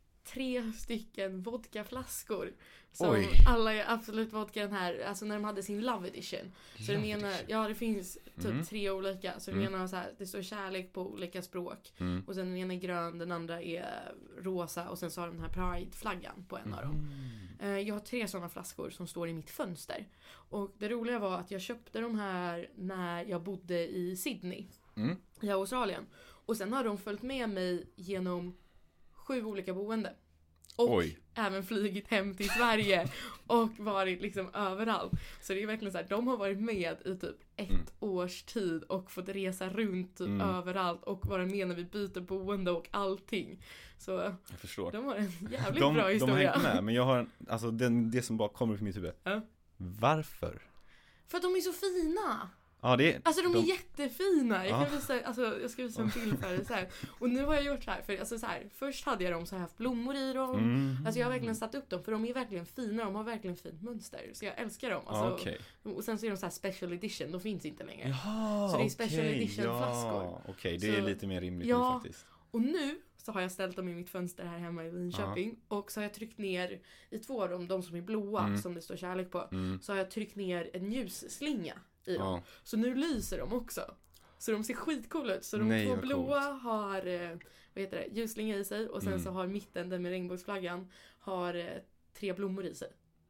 [SPEAKER 1] tre stycken vodkaflaskor. Som
[SPEAKER 2] Oj.
[SPEAKER 1] alla är absolut vodka den här, alltså när de hade sin Love Edition. Så den
[SPEAKER 2] Love
[SPEAKER 1] ena,
[SPEAKER 2] edition.
[SPEAKER 1] ja det finns typ
[SPEAKER 2] Mm.
[SPEAKER 1] tre olika. Så den
[SPEAKER 2] Mm.
[SPEAKER 1] ena har så här, det står kärlek på olika språk.
[SPEAKER 2] Mm.
[SPEAKER 1] Och sen den ena är grön, den andra är rosa. Och sen så har de den här Pride-flaggan på en av dem.
[SPEAKER 2] Mm.
[SPEAKER 1] Eh, Jag har tre sådana flaskor som står i mitt fönster. Och det roliga var att jag köpte de här när jag bodde i Sydney.
[SPEAKER 2] Mm.
[SPEAKER 1] I Australien. Och sen har de följt med mig genom sju olika boenden. Och
[SPEAKER 2] Oj.
[SPEAKER 1] även flygit hem till Sverige och varit liksom överallt. Så det är verkligen så här, de har varit med i typ ett
[SPEAKER 2] Mm.
[SPEAKER 1] års tid och fått resa runt typ
[SPEAKER 2] Mm.
[SPEAKER 1] överallt och vara med när vi byter boende och allting. Så
[SPEAKER 2] Jag förstår.
[SPEAKER 1] de har en jävligt
[SPEAKER 2] De,
[SPEAKER 1] bra
[SPEAKER 2] de har
[SPEAKER 1] historia.
[SPEAKER 2] hängt med, men jag har en, alltså den, det som bara kommer upp i mitt huvud.
[SPEAKER 1] Ja.
[SPEAKER 2] Varför?
[SPEAKER 1] För att de är så fina.
[SPEAKER 2] Ja, det är,
[SPEAKER 1] Alltså de,
[SPEAKER 2] de-
[SPEAKER 1] är jättefina. Jag,
[SPEAKER 2] Ja.
[SPEAKER 1] kan visa, alltså, jag ska visa en bild för dig så här. Och nu har jag gjort så här, för alltså, så här, först hade jag dem så här haft blommor i dem.
[SPEAKER 2] Mm.
[SPEAKER 1] Alltså jag har verkligen satt upp dem för de är verkligen fina, de har verkligen fint mönster. Så jag älskar dem. Alltså,
[SPEAKER 2] Ja, okej.
[SPEAKER 1] Och sen så är de så här special edition, de finns inte längre.
[SPEAKER 2] Jaha,
[SPEAKER 1] Så det är special
[SPEAKER 2] okej,
[SPEAKER 1] edition
[SPEAKER 2] ja.
[SPEAKER 1] flaskor.
[SPEAKER 2] Okej, det är
[SPEAKER 1] Så-
[SPEAKER 2] lite mer rimligt
[SPEAKER 1] Ja.
[SPEAKER 2] nu faktiskt.
[SPEAKER 1] Och nu så har jag ställt dem i mitt fönster här hemma i Linköping. Och så har jag tryckt ner i två av dem, de som är blåa
[SPEAKER 2] Mm.
[SPEAKER 1] som det står kärlek på.
[SPEAKER 2] Mm.
[SPEAKER 1] Så har jag tryckt ner en ljusslinga i dem.
[SPEAKER 2] Ja.
[SPEAKER 1] Så nu lyser de också. Så de ser skitcoola ut. Så de
[SPEAKER 2] Nej,
[SPEAKER 1] två
[SPEAKER 2] vad
[SPEAKER 1] blåa har eh, vad heter det, ljusslinga i sig. Och sen
[SPEAKER 2] Mm.
[SPEAKER 1] så har mitten, den med regnbågsflaggan, har eh, tre blommor i sig.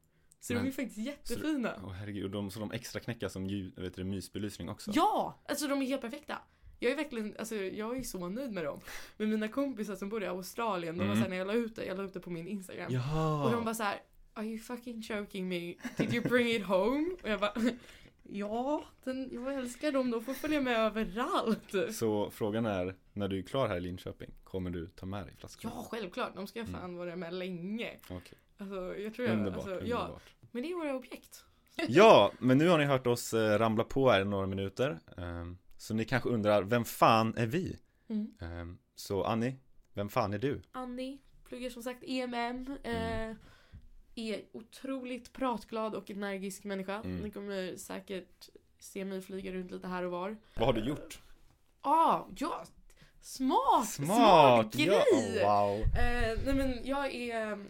[SPEAKER 1] Så
[SPEAKER 2] Men-
[SPEAKER 1] de är faktiskt jättefina.
[SPEAKER 2] Åh herregud, och de, så de extra knäcka som ljud, vet du, mysbelysning också.
[SPEAKER 1] Ja! Alltså de är helt perfekta. Jag är verkligen, alltså jag är så nöjd med dem. Men mina kompisar som bor i Australien, de var
[SPEAKER 2] Mm.
[SPEAKER 1] såhär när jag la ut det, jag la ut det på min Instagram.
[SPEAKER 2] Jaha.
[SPEAKER 1] Och de var så här: "Are you fucking joking me? Did you bring it home?" Och jag bara ja, den, jag älskar dem, de får följa med överallt.
[SPEAKER 2] Så frågan är, när du är klar här i Linköping, kommer du ta med dig flaskorna?
[SPEAKER 1] Ja, självklart. De ska jag fan vara med länge.
[SPEAKER 2] Okej.
[SPEAKER 1] Alltså, jag tror jag,
[SPEAKER 2] Underbart,
[SPEAKER 1] alltså, ja.
[SPEAKER 2] underbart.
[SPEAKER 1] Men det är våra objekt.
[SPEAKER 2] Ja, men nu har ni hört oss eh, ramla på här i några minuter. Ehm, så ni kanske undrar, vem fan är vi?
[SPEAKER 1] Mm.
[SPEAKER 2] Ehm, så Annie, vem fan är du?
[SPEAKER 1] Annie pluggar som sagt E M M.
[SPEAKER 2] Mm.
[SPEAKER 1] Eh, är otroligt pratglad och energisk människa.
[SPEAKER 2] Mm.
[SPEAKER 1] Ni kommer säkert se mig flyga runt lite här och var.
[SPEAKER 2] Vad har du gjort?
[SPEAKER 1] Ah, ja, smart!
[SPEAKER 2] Smart!
[SPEAKER 1] grej!
[SPEAKER 2] Ja, wow!
[SPEAKER 1] Eh, nej men jag är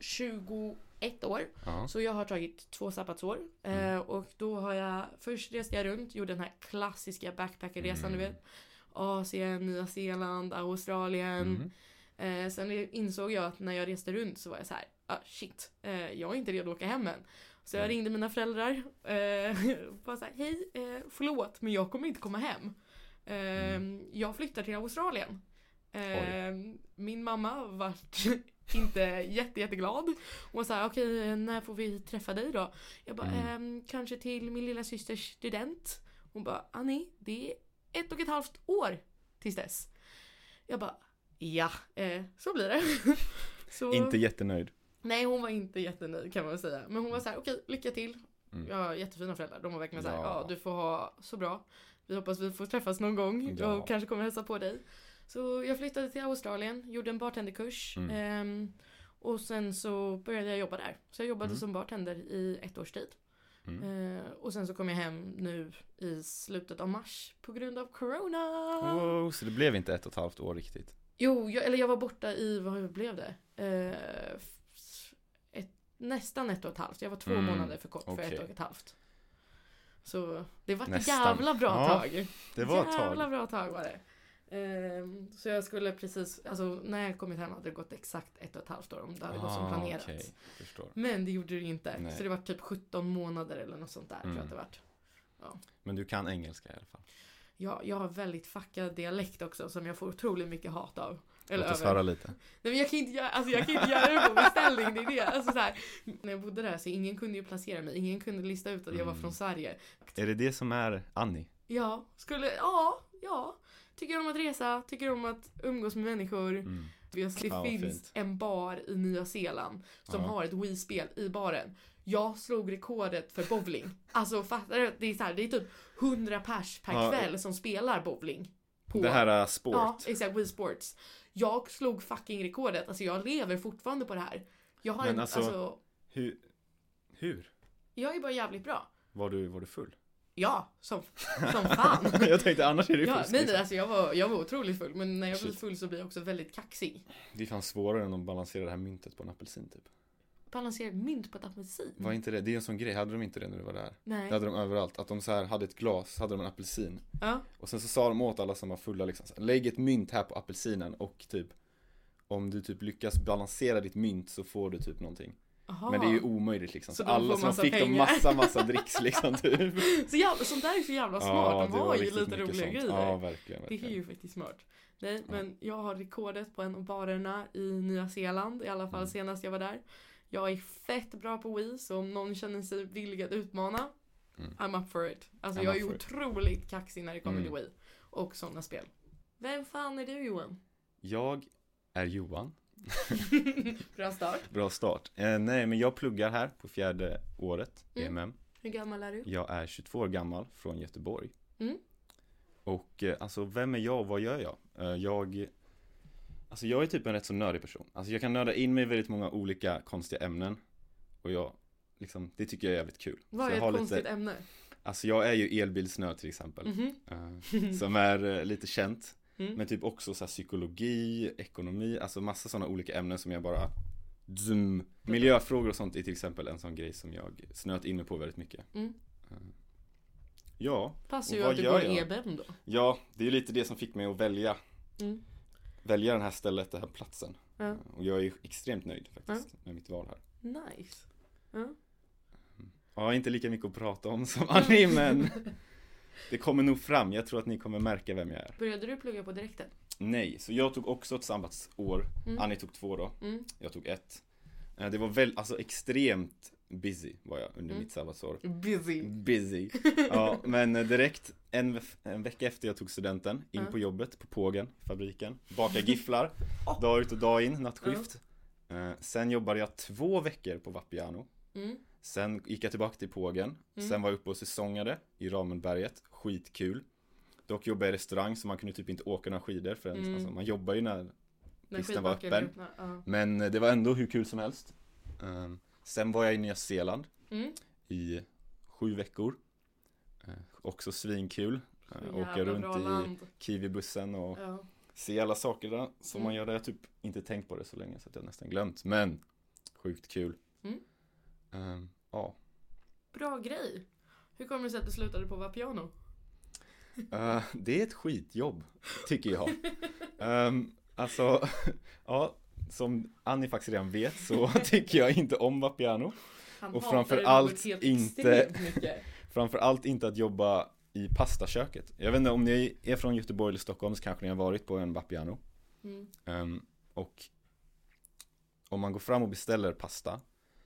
[SPEAKER 1] tjugoett år.
[SPEAKER 2] Ja.
[SPEAKER 1] Så jag har tagit två sabbatsår.
[SPEAKER 2] Mm.
[SPEAKER 1] Eh, och då har jag, först reste jag runt, gjorde den här klassiska backpackerresan,
[SPEAKER 2] Mm.
[SPEAKER 1] du vet. Asien, Nya Zeeland, Australien.
[SPEAKER 2] Mm.
[SPEAKER 1] Eh, sen insåg jag att när jag reste runt så var jag så här, ah shit, eh, jag är inte redo att åka hem än. Så jag
[SPEAKER 2] Mm.
[SPEAKER 1] ringde mina föräldrar. Eh, bara så här, hej, eh, förlåt, men jag kommer inte komma hem. Eh,
[SPEAKER 2] Mm.
[SPEAKER 1] Jag flyttar till Australien. Eh, min mamma var inte jätte, jätteglad. Hon var så här, okej, när får vi träffa dig då? Jag bara,
[SPEAKER 2] Mm.
[SPEAKER 1] ehm, kanske till min lilla systers student. Hon bara, Annie, det är ett och ett halvt år tills dess. Jag bara, ja, eh, så blir det. Så,
[SPEAKER 2] Inte jättenöjd.
[SPEAKER 1] nej, hon var inte jättenöjd kan man säga. Men hon var så här, okej, lycka till.
[SPEAKER 2] Mm.
[SPEAKER 1] Jag har jättefina föräldrar. De var verkligen så här,
[SPEAKER 2] Ja.
[SPEAKER 1] ja, du får ha så bra. Vi hoppas vi får träffas någon gång
[SPEAKER 2] Ja.
[SPEAKER 1] och kanske kommer hälsa på dig. Så jag flyttade till Australien, gjorde en bartenderkurs.
[SPEAKER 2] Mm.
[SPEAKER 1] ehm, och sen så började jag jobba där. Så jag jobbade
[SPEAKER 2] Mm.
[SPEAKER 1] som bartender i ett års tid.
[SPEAKER 2] Mm.
[SPEAKER 1] Eh, och sen så kom jag hem nu i slutet av mars på grund av corona.
[SPEAKER 2] Wow, så det blev inte ett och ett halvt år riktigt.
[SPEAKER 1] Jo, jag, eller jag var borta i, vad blev det? Eh, f- ett, nästan ett och ett halvt. Jag var två
[SPEAKER 2] Mm,
[SPEAKER 1] månader för kort för
[SPEAKER 2] okej.
[SPEAKER 1] ett och ett halvt. Så det var ett
[SPEAKER 2] Nästan.
[SPEAKER 1] jävla bra
[SPEAKER 2] Ja,
[SPEAKER 1] tag.
[SPEAKER 2] Det var ett
[SPEAKER 1] Jävla
[SPEAKER 2] tag.
[SPEAKER 1] bra tag var det. Ehm, så jag skulle precis, alltså när jag kommit hem hade det gått exakt ett och ett halvt år om det hade gått som
[SPEAKER 2] Ah,
[SPEAKER 1] planerat.
[SPEAKER 2] okej, förstår.
[SPEAKER 1] Men det gjorde det inte.
[SPEAKER 2] Nej.
[SPEAKER 1] Så det var typ sjutton månader eller något sånt där tror jag
[SPEAKER 2] Mm.
[SPEAKER 1] att det vart.
[SPEAKER 2] Men du kan engelska i alla fall.
[SPEAKER 1] Ja, jag har väldigt fackad dialekt också som jag får otroligt mycket hat av. Eller
[SPEAKER 2] Låt oss höra lite.
[SPEAKER 1] Nej, men jag kan inte göra, alltså jag kan inte göra det på beställning, det är det. Alltså så här, när jag bodde där så ingen kunde ju placera mig, ingen kunde lista ut att jag var från Sverige.
[SPEAKER 2] Är det det som är Annie?
[SPEAKER 1] Ja, skulle, ja, ja. Tycker om att resa, tycker om att umgås med människor. Mm. Det
[SPEAKER 2] ja,
[SPEAKER 1] finns
[SPEAKER 2] fint.
[SPEAKER 1] en bar i Nya Zeeland som
[SPEAKER 2] ja.
[SPEAKER 1] har ett Wii-spel i baren. Jag slog rekordet för bowling. Alltså fattar du? Det är, så här, det är typ hundra pers per ja. kväll som spelar bowling. På,
[SPEAKER 2] det här är sport.
[SPEAKER 1] Ja, exakt, Wii Sports. Jag slog fucking rekordet. Alltså jag lever fortfarande på det här. Jag har
[SPEAKER 2] Men
[SPEAKER 1] en,
[SPEAKER 2] alltså,
[SPEAKER 1] alltså
[SPEAKER 2] hur? Hur?
[SPEAKER 1] Jag är bara jävligt bra.
[SPEAKER 2] Var du, var du full?
[SPEAKER 1] Ja, som, som fan.
[SPEAKER 2] Jag tänkte annars är det
[SPEAKER 1] ja,
[SPEAKER 2] full.
[SPEAKER 1] Nej, nej, alltså jag var, jag var otroligt full. Men när jag blir full så blir jag också väldigt kaxig.
[SPEAKER 2] Det är fan svårare än att balansera det här myntet på en apelsin typ.
[SPEAKER 1] Balansera mynt på ett apelsin?
[SPEAKER 2] Var inte det? Det är en sån grej. Hade de inte det när du var där?
[SPEAKER 1] Nej.
[SPEAKER 2] Det hade de överallt. Att de så här hade ett glas, hade de en apelsin.
[SPEAKER 1] Ja.
[SPEAKER 2] Och sen så sa de åt alla som var fulla liksom så här, lägg ett mynt här på apelsinen och typ om du typ lyckas balansera ditt mynt så får du typ någonting. Aha. Men det är ju omöjligt liksom. Så, så alla som fick pengar. De massa, massa dricks liksom typ.
[SPEAKER 1] Så jävla, sånt där är så jävla smart. Ja, de har ju lite roliga sånt. Grejer.
[SPEAKER 2] Ja, verkligen, verkligen.
[SPEAKER 1] Det är ju faktiskt smart. Nej, ja. Men jag har rekordet på en av barerna i Nya Zeeland. I alla fall mm. senast jag var där. Jag är fett bra på Wii, så om någon känner sig villig att utmana, mm. I'm up for it. Alltså I'm jag är otroligt kaxig när det kommer mm. till Wii. Och sådana spel. Vem fan är du, Johan?
[SPEAKER 2] Jag är Johan.
[SPEAKER 1] Bra start.
[SPEAKER 2] Bra start. Eh, nej, men jag pluggar här på fjärde året, mm. E M M.
[SPEAKER 1] Hur gammal är du?
[SPEAKER 2] Jag är tjugotvå år gammal, från Göteborg.
[SPEAKER 1] Mm.
[SPEAKER 2] Och eh, alltså, vem är jag och vad gör jag? Eh, jag... Alltså jag är typ en rätt så nördig person. Alltså jag kan nörda in mig i väldigt många olika konstiga ämnen. Och jag, liksom, det tycker jag är jävligt kul.
[SPEAKER 1] Vad
[SPEAKER 2] så
[SPEAKER 1] är
[SPEAKER 2] jag
[SPEAKER 1] ett
[SPEAKER 2] har
[SPEAKER 1] konstigt
[SPEAKER 2] lite,
[SPEAKER 1] ämne?
[SPEAKER 2] Alltså jag är ju elbilsnörd till exempel. Mm-hmm. uh, som är uh, lite känt. Mm. Men typ också så här, psykologi, ekonomi. Alltså massa sådana olika ämnen som jag bara... Zoom. Miljöfrågor och sånt är till exempel en sån grej som jag snöt in mig på väldigt mycket.
[SPEAKER 1] Mm.
[SPEAKER 2] Uh, ja.
[SPEAKER 1] Passar ju att du går E B M då.
[SPEAKER 2] Ja, det är ju lite det som fick mig att välja.
[SPEAKER 1] Mm.
[SPEAKER 2] Välja den här stället, den här platsen.
[SPEAKER 1] Ja.
[SPEAKER 2] Och jag är ju extremt nöjd faktiskt
[SPEAKER 1] ja.
[SPEAKER 2] med mitt val här.
[SPEAKER 1] Nice. Ja.
[SPEAKER 2] Ja, inte lika mycket att prata om som Annie, men det kommer nog fram. Jag tror att ni kommer märka vem jag är.
[SPEAKER 1] Började du plugga på direkten?
[SPEAKER 2] Nej, så jag tog också ett sabbatsår. Mm. Annie tog två då.
[SPEAKER 1] Mm.
[SPEAKER 2] Jag tog ett. Det var väl, alltså extremt busy var jag under mm. mitt sabbatsår.
[SPEAKER 1] Busy.
[SPEAKER 2] Busy. Ja, men direkt en, en vecka efter jag tog studenten in mm. på jobbet på Pågen, fabriken. Baka gifflar, oh. dag ut och dag in, nattskift. Mm. Uh, sen jobbade jag två veckor på Vapiano.
[SPEAKER 1] Mm.
[SPEAKER 2] Sen gick jag tillbaka till Pågen. Mm. Sen var jag uppe och säsongade i Ramenberget. Skitkul. Dock jobbade jag i restaurang så man kunde typ inte åka några skidor. För mm. alltså, man jobbar ju när pisten var öppen. Uh-huh. Men det var ändå hur kul som helst. Um, sen var jag i Nya Zeeland
[SPEAKER 1] mm.
[SPEAKER 2] i sju veckor. Uh, också svinkul. Uh, åka runt i land. Kiwi-bussen och ja. se alla saker där som mm. man gör där. Jag har typ inte tänkt på det så länge så att jag nästan glömt. Men sjukt kul.
[SPEAKER 1] Mm.
[SPEAKER 2] Um, ja.
[SPEAKER 1] Bra grej. Hur kommer det sig att du slutade på Vapiano?
[SPEAKER 2] Uh, det är ett skitjobb, tycker jag. um, alltså, ja, som Annie faktiskt redan vet så tycker jag inte om Vapiano.
[SPEAKER 1] Han
[SPEAKER 2] och framför allt inte framför allt inte att jobba i pastaköket. Jag vet inte om ni är från Göteborg eller Stockholm så kanske ni har varit på en Vapiano.
[SPEAKER 1] Mm.
[SPEAKER 2] Um, och om man går fram och beställer pasta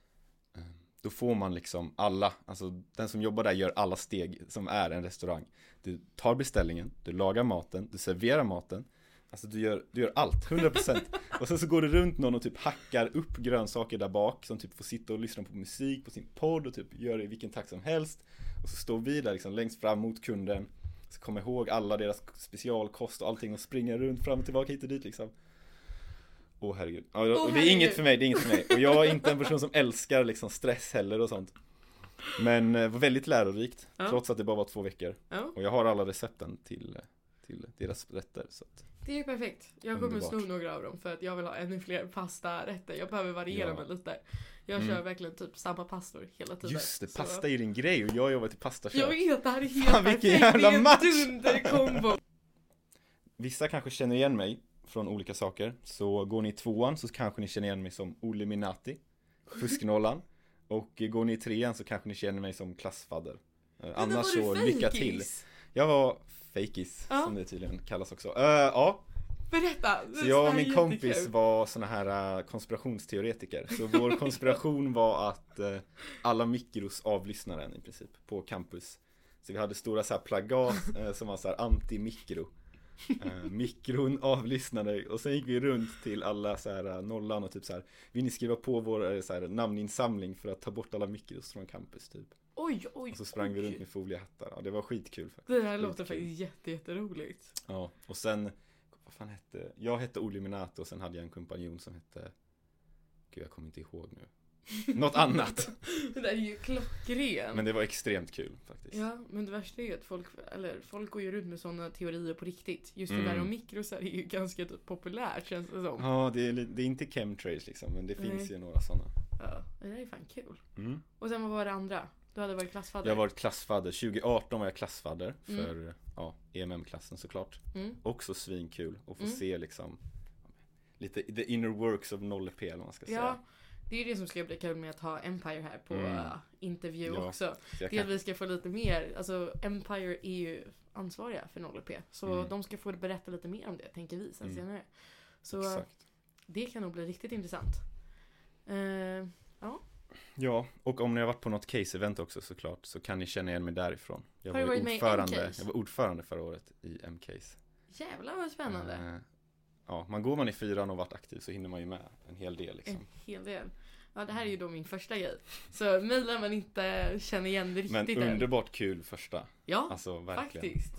[SPEAKER 2] då får man liksom alla, alltså den som jobbar där gör alla steg som är en restaurang. Du tar beställningen, du lagar maten, du serverar maten. Alltså du gör, du gör allt, hundra procent. Och sen så går du runt någon och typ hackar upp grönsaker där bak. Som typ får sitta och lyssna på musik på sin podd och typ gör det i vilken takt som helst. Och så står vi där liksom längst fram mot kunden. Så kommer ihåg alla deras specialkost och allting och springer runt fram och tillbaka hit och dit liksom. Åh oh, herregud. Ja, och
[SPEAKER 1] oh,
[SPEAKER 2] det är inget för mig, det är inget för mig. Och jag är inte en person som älskar liksom stress heller och sånt. Men det var väldigt lärorikt, ja. Trots att det bara var två veckor.
[SPEAKER 1] Ja.
[SPEAKER 2] Och jag har alla recepten till, till deras rätter. Så att
[SPEAKER 1] det är ju perfekt. Jag kommer sno några av dem för att jag vill ha ännu fler pastarätter. Jag behöver variera ja. mig lite. Jag kör mm. verkligen typ samma pastor hela tiden.
[SPEAKER 2] Just det, pasta så. Är din grej och jag jobbar till pastakök.
[SPEAKER 1] Jag vet, det här är helt
[SPEAKER 2] Fan,
[SPEAKER 1] perfekt.
[SPEAKER 2] Vilken jävla match!
[SPEAKER 1] Det är en dunderkombo.
[SPEAKER 2] Vissa kanske känner igen mig från olika saker. Så går ni i tvåan så kanske ni känner igen mig som Olle Minati, fusknollan. Och går ni i trean så kanske ni känner mig som klassfadder. Annars så lycka till. Jag var fakis, ja. Som det tydligen kallas också. Uh, ja,
[SPEAKER 1] berätta.
[SPEAKER 2] Så jag och min kompis var såna här konspirationsteoretiker. Så vår konspiration var att uh, alla mikros avlyssnade en i princip på campus. Så vi hade stora så här plakat uh, som var så här anti-mikro. Uh, mikron avlyssnade och sen gick vi runt till alla så här uh, nollan och typ så här, vill ni skriva på vår uh, så här, namninsamling för att ta bort alla mikros från campus typ.
[SPEAKER 1] Oj, oj,
[SPEAKER 2] och så sprang
[SPEAKER 1] oj.
[SPEAKER 2] vi runt med foliehattar. Ja, det var skitkul faktiskt.
[SPEAKER 1] Det här
[SPEAKER 2] skitkul.
[SPEAKER 1] låter faktiskt jätte, jätteroligt.
[SPEAKER 2] Ja, och sen vad fan hette, jag hette Illuminato och sen hade jag en kompanjon som hette, gud jag kommer inte ihåg nu. Något annat.
[SPEAKER 1] Det där är ju klockren.
[SPEAKER 2] Men det var extremt kul faktiskt.
[SPEAKER 1] Ja, men det värsta är ju att folk, eller folk går ju runt med sådana teorier på riktigt. Just det
[SPEAKER 2] Mm.
[SPEAKER 1] där om mikrosar är ju ganska typ populärt, känns det som.
[SPEAKER 2] Ja, det är, li- det är inte chemtrails liksom, men det
[SPEAKER 1] Nej.
[SPEAKER 2] finns ju några sådana.
[SPEAKER 1] Ja, det där är fan kul.
[SPEAKER 2] Mm.
[SPEAKER 1] Och sen vad var det andra? Du hade varit klassfadder.
[SPEAKER 2] Jag har varit klassfadder, tjugo arton var jag klassfadder för
[SPEAKER 1] Mm.
[SPEAKER 2] ja, E M M-klassen såklart.
[SPEAKER 1] Mm.
[SPEAKER 2] Också svinkul att få
[SPEAKER 1] Mm.
[SPEAKER 2] se liksom lite the inner works of noll P eller vad man ska säga.
[SPEAKER 1] Ja, det är ju det som ska bli kul med att ha Empire här på
[SPEAKER 2] Mm.
[SPEAKER 1] uh, intervju
[SPEAKER 2] Ja,
[SPEAKER 1] också.
[SPEAKER 2] Så jag
[SPEAKER 1] Det är att
[SPEAKER 2] kan...
[SPEAKER 1] vi ska få lite mer, alltså Empire är ju ansvariga för noll P. Så
[SPEAKER 2] Mm.
[SPEAKER 1] de ska få berätta lite mer om det, tänker vi sen
[SPEAKER 2] Mm.
[SPEAKER 1] senare. Så
[SPEAKER 2] Exakt.
[SPEAKER 1] det kan nog bli riktigt intressant. Uh, ja.
[SPEAKER 2] Ja, och om ni har varit på något case-event också såklart så kan ni känna igen mig därifrån. Jag
[SPEAKER 1] Har du
[SPEAKER 2] var ju
[SPEAKER 1] varit med i
[SPEAKER 2] ordförande,
[SPEAKER 1] M-case?
[SPEAKER 2] jag var ordförande förra året i M-case.
[SPEAKER 1] Jävlar vad spännande.
[SPEAKER 2] Eh, ja, man går man i fyran och varit aktiv så hinner man ju med en hel del liksom.
[SPEAKER 1] En hel del. Ja, det här är ju då min första grej. Så mejlar man inte känner igen det
[SPEAKER 2] Men
[SPEAKER 1] riktigt än.
[SPEAKER 2] underbart kul första.
[SPEAKER 1] Ja,
[SPEAKER 2] Alltså verkligen.
[SPEAKER 1] faktiskt.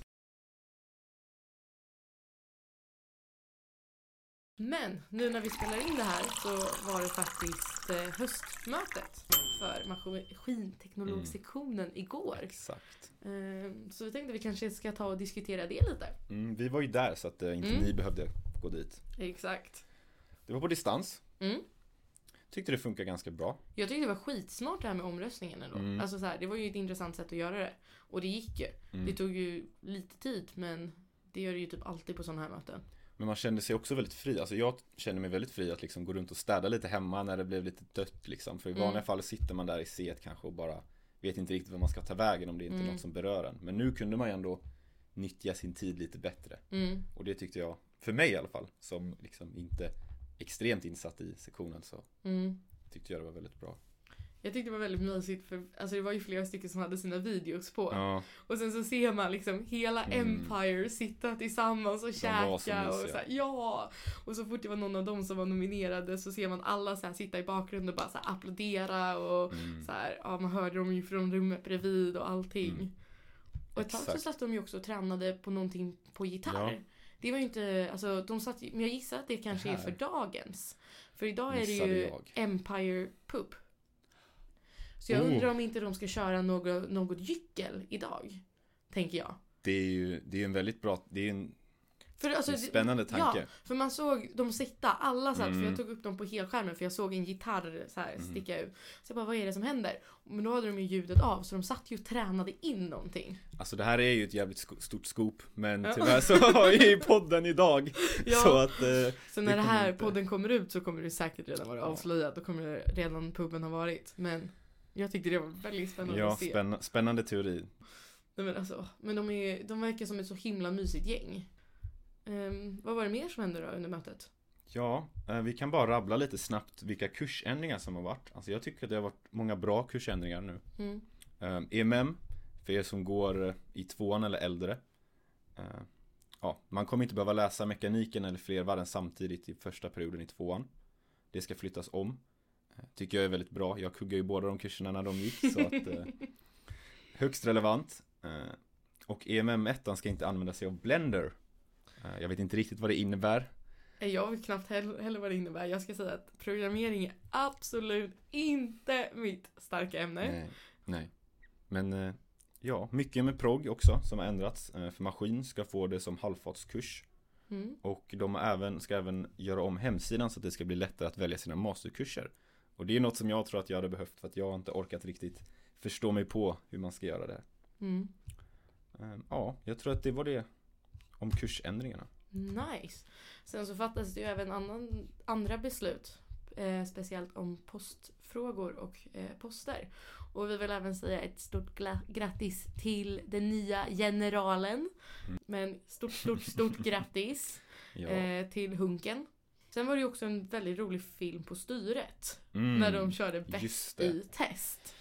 [SPEAKER 1] Men nu när vi spelar in det här så var det faktiskt eh, höstmötet för maskinteknologsektionen igår.
[SPEAKER 2] Exakt.
[SPEAKER 1] Eh, så vi tänkte vi kanske ska ta och diskutera det lite.
[SPEAKER 2] Mm, vi var ju där så att eh, inte
[SPEAKER 1] Mm.
[SPEAKER 2] ni behövde gå dit.
[SPEAKER 1] Exakt.
[SPEAKER 2] Det var på distans.
[SPEAKER 1] Mm.
[SPEAKER 2] Tyckte det funkar ganska bra.
[SPEAKER 1] Jag tyckte det var skitsmart det här med omröstningen ändå.
[SPEAKER 2] Mm.
[SPEAKER 1] Alltså så här, det var ju ett intressant sätt att göra det. Och det gick ju.
[SPEAKER 2] Mm.
[SPEAKER 1] Det tog ju lite tid, men det gör det ju typ alltid på sådana här möten.
[SPEAKER 2] Men man kände sig också väldigt fri. Alltså jag kände mig väldigt fri att liksom gå runt och städa lite hemma när det blev lite dött liksom. För i vanliga
[SPEAKER 1] Mm.
[SPEAKER 2] fall sitter man där i set kanske och bara vet inte riktigt vad man ska ta vägen om det inte är
[SPEAKER 1] Mm.
[SPEAKER 2] något som berör en. Men nu kunde man ju ändå nyttja sin tid lite bättre.
[SPEAKER 1] Mm.
[SPEAKER 2] Och det tyckte jag, för mig i alla fall, som liksom inte extremt insatt i sektionen så
[SPEAKER 1] Mm.
[SPEAKER 2] tyckte jag det var väldigt bra.
[SPEAKER 1] Jag tyckte det var väldigt mysigt för alltså det var ju flera stycken som hade sina videos på.
[SPEAKER 2] Ja,
[SPEAKER 1] Och sen så ser man liksom hela
[SPEAKER 2] Mm.
[SPEAKER 1] Empire sitta tillsammans och
[SPEAKER 2] De var så
[SPEAKER 1] käka och
[SPEAKER 2] mysiga.
[SPEAKER 1] så här, ja. Och så fort det var någon av dem som var nominerade så ser man alla så här sitta i bakgrunden och bara så här applådera och
[SPEAKER 2] mm.
[SPEAKER 1] så här, ja man hörde dem ju från rummet bredvid och allting.
[SPEAKER 2] Mm.
[SPEAKER 1] Och ett tag så
[SPEAKER 2] Exakt.
[SPEAKER 1] satt de ju också och tränade på någonting på gitarr.
[SPEAKER 2] Ja.
[SPEAKER 1] Det var ju inte, alltså de satt ju- men jag gissar att det kanske
[SPEAKER 2] Det
[SPEAKER 1] är
[SPEAKER 2] här
[SPEAKER 1] för dagens. För idag är det
[SPEAKER 2] missade
[SPEAKER 1] ju
[SPEAKER 2] jag.
[SPEAKER 1] Empire Poop. Så jag
[SPEAKER 2] Oh.
[SPEAKER 1] undrar om inte de ska köra något, något gyckel idag. Tänker jag.
[SPEAKER 2] Det är ju det är en väldigt bra, det är en,
[SPEAKER 1] För, alltså,
[SPEAKER 2] en spännande tanke.
[SPEAKER 1] Ja, för man såg dem sitta, alla satt,
[SPEAKER 2] Mm.
[SPEAKER 1] för jag tog upp dem på helskärmen för jag såg en gitarr så här,
[SPEAKER 2] Mm.
[SPEAKER 1] sticka ut. Så jag bara, vad är det som händer? Men då hade de ju ljudet av, så de satt ju och tränade in någonting.
[SPEAKER 2] Alltså det här är ju ett jävligt sko- stort scoop. Men
[SPEAKER 1] Ja.
[SPEAKER 2] tyvärr så har vi i podden idag.
[SPEAKER 1] Ja.
[SPEAKER 2] Så att eh,
[SPEAKER 1] Så när det,
[SPEAKER 2] kommer
[SPEAKER 1] här
[SPEAKER 2] inte-
[SPEAKER 1] podden kommer ut så kommer det säkert redan vara
[SPEAKER 2] Ja.
[SPEAKER 1] avslöjat. Då kommer det redan puben ha varit. Men jag tyckte det var väldigt spännande
[SPEAKER 2] Ja,
[SPEAKER 1] att se.
[SPEAKER 2] spänn- spännande teori.
[SPEAKER 1] Nej, men alltså, men de, är, de verkar som ett så himla mysigt gäng. Ehm, vad var det mer som hände då under mötet?
[SPEAKER 2] Ja, eh, vi kan bara rabbla lite snabbt vilka kursändringar som har varit. Alltså jag tycker att det har varit många bra kursändringar nu.
[SPEAKER 1] Mm.
[SPEAKER 2] Eh, E M M, för er som går eh, i tvåan eller äldre. Eh, ja, man kommer inte behöva läsa mekaniken eller flervarven samtidigt i första perioden i tvåan. Det ska flyttas om. Eh, tycker jag är väldigt bra. Jag kuggade ju båda de kurserna när de gick. Så att, eh, högst relevant. Eh, och E M M ett ska inte använda sig av Blender. Eh, jag vet inte riktigt vad det innebär.
[SPEAKER 1] Jag vet knappt heller, heller vad det innebär. Jag ska säga att programmering är absolut inte mitt starka ämne.
[SPEAKER 2] Nej, nej. Men eh, ja, mycket med prog också som har ändrats. Eh, för maskin ska få det som halvfatskurs.
[SPEAKER 1] Mm.
[SPEAKER 2] Och de har även, ska även göra om hemsidan så att det ska bli lättare att välja sina masterkurser. Och det är något som jag tror att jag hade behövt för att jag inte orkat riktigt förstå mig på hur man ska göra det.
[SPEAKER 1] Mm.
[SPEAKER 2] Eh, ja, jag tror att det var det om kursändringarna.
[SPEAKER 1] Nice. Sen så fattades det ju även annan, andra beslut. Eh, speciellt om postfrågor och eh, poster. Och vi vill även säga ett stort gla- grattis till den nya generalen.
[SPEAKER 2] Mm.
[SPEAKER 1] Men stort, stort, stort grattis.
[SPEAKER 2] Ja.
[SPEAKER 1] Eh, till Hunken. Sen var det ju också en väldigt rolig film på Styret.
[SPEAKER 2] Mm,
[SPEAKER 1] när de körde Bäst i test.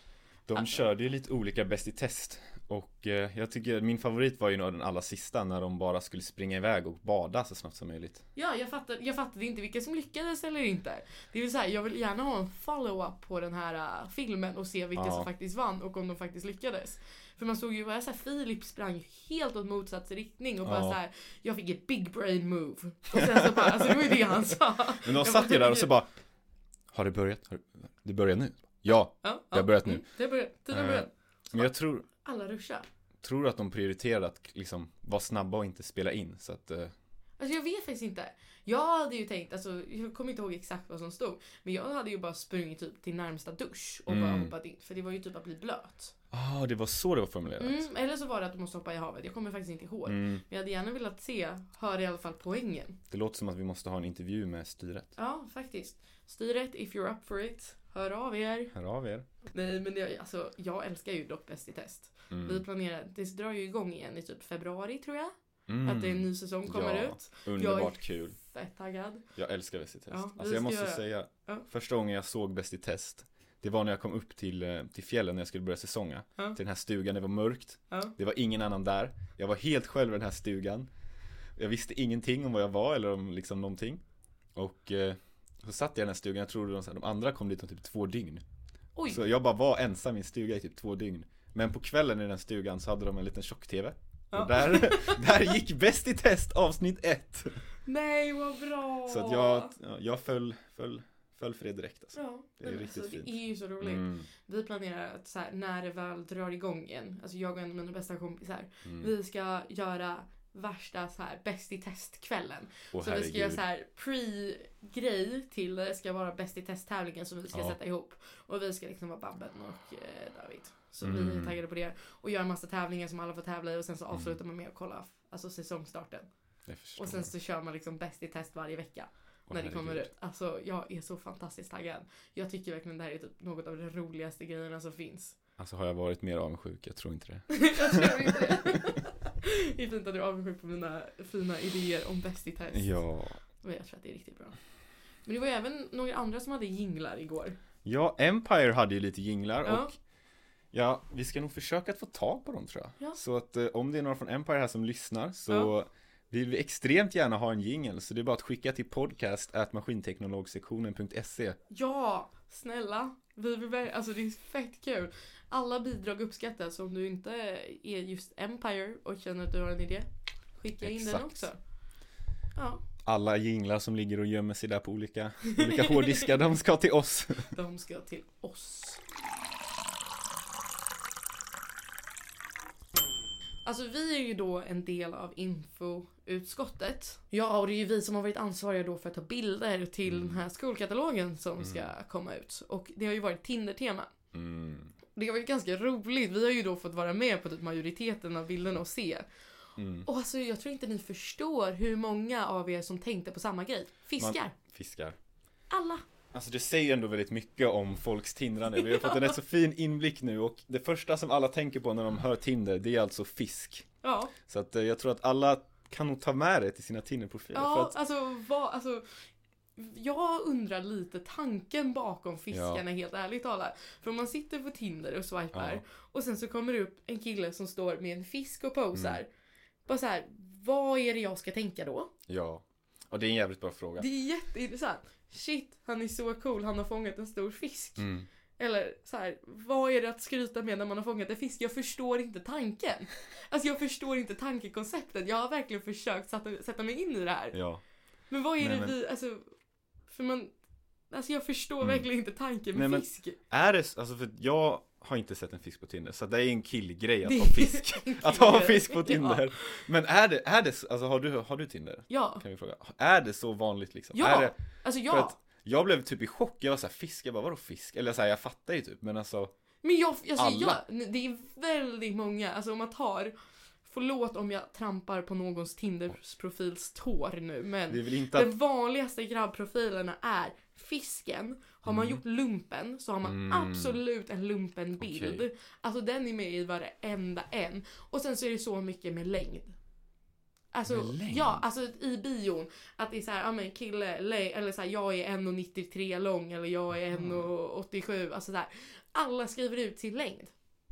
[SPEAKER 2] De
[SPEAKER 1] alltså.
[SPEAKER 2] körde ju lite olika Bäst i test. Och eh, jag tycker min favorit var ju nog den allra sista. När de bara skulle springa iväg och bada så snabbt som möjligt.
[SPEAKER 1] Ja, jag fattade, jag fattade inte vilka som lyckades eller inte. Det vill säga, jag vill gärna ha en follow-up på den här uh, filmen. Och se vilka
[SPEAKER 2] ja.
[SPEAKER 1] som faktiskt vann och om de faktiskt lyckades. För man såg ju vad jag sa, Filip sprang helt åt motsatt riktning. Och bara
[SPEAKER 2] ja.
[SPEAKER 1] så här, jag fick ett big brain move. Och sen så bara, alltså det var ju det han sa.
[SPEAKER 2] Men de satt ju där och så bara, har det börjat? Har det, det börjar nu? Ja,
[SPEAKER 1] ja
[SPEAKER 2] det har börjat nu.
[SPEAKER 1] Mm, det har börjat, tiden har börjat.
[SPEAKER 2] Men jag tror...
[SPEAKER 1] Alla ruschar.
[SPEAKER 2] Tror att de prioriterade att liksom vara snabba och inte spela in så att uh...
[SPEAKER 1] alltså jag vet faktiskt inte. Jag hade ju tänkt, alltså jag kommer inte ihåg exakt vad som stod, men jag hade ju bara sprungit typ till närmsta dusch och mm. bara hoppat in, för det var ju typ att bli blöt.
[SPEAKER 2] Ah, det var så det var formulerat.
[SPEAKER 1] Mm, eller så var det att du måste hoppa i havet. Jag kommer faktiskt inte ihåg. Mm. Men jag hade gärna velat se, höra i alla fall poängen.
[SPEAKER 2] Det låter som att vi måste ha en intervju med Styret.
[SPEAKER 1] Ja, faktiskt. Styret, if you're up for it, hör av er.
[SPEAKER 2] Hör av er.
[SPEAKER 1] Nej, men jag, alltså, jag älskar ju dock Bäst i test. Mm. Vi planerar, det drar ju igång igen i typ februari tror jag. Mm. Att det är en ny säsong kommer
[SPEAKER 2] ja,
[SPEAKER 1] ut.
[SPEAKER 2] Underbart
[SPEAKER 1] jag är
[SPEAKER 2] kul.
[SPEAKER 1] Fett taggad.
[SPEAKER 2] Jag älskar Bäst i test.
[SPEAKER 1] Ja,
[SPEAKER 2] alltså jag måste
[SPEAKER 1] göra...
[SPEAKER 2] säga,
[SPEAKER 1] ja.
[SPEAKER 2] första gången jag såg Bäst i test, det var när jag kom upp till, till fjällen när jag skulle börja säsonga. Ja. Till den här stugan, det var mörkt. Ja. Det var ingen annan där. Jag var helt själv i den här stugan. Jag visste ingenting om vad jag var eller om liksom någonting. Och eh, så satt jag i den här stugan, jag trodde de, de andra kom dit om typ två dygn. Oj. Så jag bara var ensam i en stuga i typ två dygn. Men på kvällen i den stugan så hade de en liten tjock-tv. Ja. Och där, där gick Bäst i test avsnitt ett.
[SPEAKER 1] Nej, vad bra!
[SPEAKER 2] Så att jag, jag föll, föll, föll för det direkt alltså.
[SPEAKER 1] Ja,
[SPEAKER 2] det är riktigt
[SPEAKER 1] alltså,
[SPEAKER 2] fint.
[SPEAKER 1] Det är ju så roligt. Mm. Vi planerar att så här, när det väl drar igång igen, alltså jag och en av mina bästa kompisar, mm. vi ska göra värsta så här Bäst i test-kvällen.
[SPEAKER 2] Åh,
[SPEAKER 1] så
[SPEAKER 2] herregud.
[SPEAKER 1] vi ska göra så här pre-grej till det ska vara Bäst i test-tävlingen som vi ska ja. sätta ihop. Och vi ska liksom vara Babben och eh, David. Så mm. vi är taggade på det. Och göra en massa tävlingar som alla får tävla i. Och sen så avslutar mm. man med att kolla alltså säsongstarten. Och sen så kör man liksom Bäst i test varje vecka. Åh, när det kommer ut. Alltså jag är så fantastiskt taggad. Jag tycker verkligen det här är typ något av de roligaste grejerna som finns.
[SPEAKER 2] Alltså har jag varit mer avundsjuk? Jag tror inte det.
[SPEAKER 1] Jag tror inte det. Det är fint att du är avundsjuk på mina fina idéer om Bäst i test.
[SPEAKER 2] Ja.
[SPEAKER 1] Men jag tror att det är riktigt bra. Men det var ju även några andra som hade jinglar igår.
[SPEAKER 2] Ja, Empire hade ju lite jinglar
[SPEAKER 1] ja.
[SPEAKER 2] och ja, vi ska nog försöka att få tag på dem tror jag.
[SPEAKER 1] Ja.
[SPEAKER 2] Så att eh, om det är några från Empire här som lyssnar så
[SPEAKER 1] ja.
[SPEAKER 2] vill vi extremt gärna ha en jingle. Så det är bara att skicka till podcast at maskinteknologsektionen punkt se.
[SPEAKER 1] Ja, snälla. Vi vill börja, alltså det är fett kul. Alla bidrag uppskattas. Om du inte är just Empire och känner att du har en idé, skicka in
[SPEAKER 2] Exakt.
[SPEAKER 1] den också. Ja.
[SPEAKER 2] Alla jinglar som ligger och gömmer sig där på olika, olika hårddiskar, de ska till oss.
[SPEAKER 1] De ska till oss. Alltså vi är ju då en del av infoutskottet. Ja, och det är ju vi som har varit ansvariga då för att ta bilder till mm. den här skolkatalogen som mm. ska komma ut. Och det har ju varit Tinder-tema.
[SPEAKER 2] Mm.
[SPEAKER 1] Det har varit ganska roligt. Vi har ju då fått vara med på typ majoriteten av bilderna och se. Mm. Och alltså jag tror inte ni förstår hur många av er som tänkte på samma grej. Fiskar. Man,
[SPEAKER 2] fiskar.
[SPEAKER 1] Alla.
[SPEAKER 2] Alltså det säger ju ändå väldigt mycket om folks tindrande. Vi har fått en rätt så fin inblick nu. Och det första som alla tänker på när de hör Tinder, det är alltså fisk.
[SPEAKER 1] Ja.
[SPEAKER 2] Så att jag tror att alla kan nog ta med det till sina Tinder-profiler.
[SPEAKER 1] Ja,
[SPEAKER 2] för att...
[SPEAKER 1] alltså, vad, alltså jag undrar lite tanken bakom fiskarna, ja. helt ärligt talat. För om man sitter på Tinder och swipar, ja. och sen så kommer det upp en kille som står med en fisk och posar. Mm. Bara så här, vad är det jag ska tänka då?
[SPEAKER 2] Ja, och det är en jävligt bra fråga.
[SPEAKER 1] Det är jätteintressant. Shit, han är så cool, han har fångat en stor fisk.
[SPEAKER 2] Mm.
[SPEAKER 1] Eller så här, vad är det att skryta med när man har fångat en fisk? Jag förstår inte tanken. Alltså jag förstår inte tankekonceptet. Jag har verkligen försökt sätta, sätta mig in i det här.
[SPEAKER 2] Ja.
[SPEAKER 1] Men vad är
[SPEAKER 2] Nej,
[SPEAKER 1] det
[SPEAKER 2] men...
[SPEAKER 1] vi, alltså, för man, alltså jag förstår mm. verkligen inte tanken med
[SPEAKER 2] Nej,
[SPEAKER 1] fisk.
[SPEAKER 2] Men är det, alltså för jag har inte sett en fisk på Tinder, så det är en killgrej att ha fisk. Att ha fisk på Tinder. Ja. Men är det, är det, alltså har du, har du Tinder?
[SPEAKER 1] Ja.
[SPEAKER 2] Kan vi fråga. Är det så vanligt liksom?
[SPEAKER 1] Ja,
[SPEAKER 2] är det,
[SPEAKER 1] alltså ja.
[SPEAKER 2] För att jag blev typ i chock, jag var såhär, fisk, jag bara, vadå fisk? Eller såhär, jag fattar ju typ, men alltså
[SPEAKER 1] Men jag, alltså
[SPEAKER 2] alla.
[SPEAKER 1] Jag, det är väldigt många, alltså om man tar, förlåt om jag trampar på någons Tinders profils tår nu, men
[SPEAKER 2] det är väl inte att...
[SPEAKER 1] de vanligaste grabbprofilerna är fisken. Har man mm. gjort lumpen så har man mm. absolut en lumpenbild. Okay. Alltså den är med i varenda en. Och sen så är det så mycket med längd. Alltså, ja, alltså i bion. Att det är så här, ja men kille, le, eller så här, jag är en nittiotre lång, eller jag är en åttiosju. Alltså så här, alla skriver ut sin längd.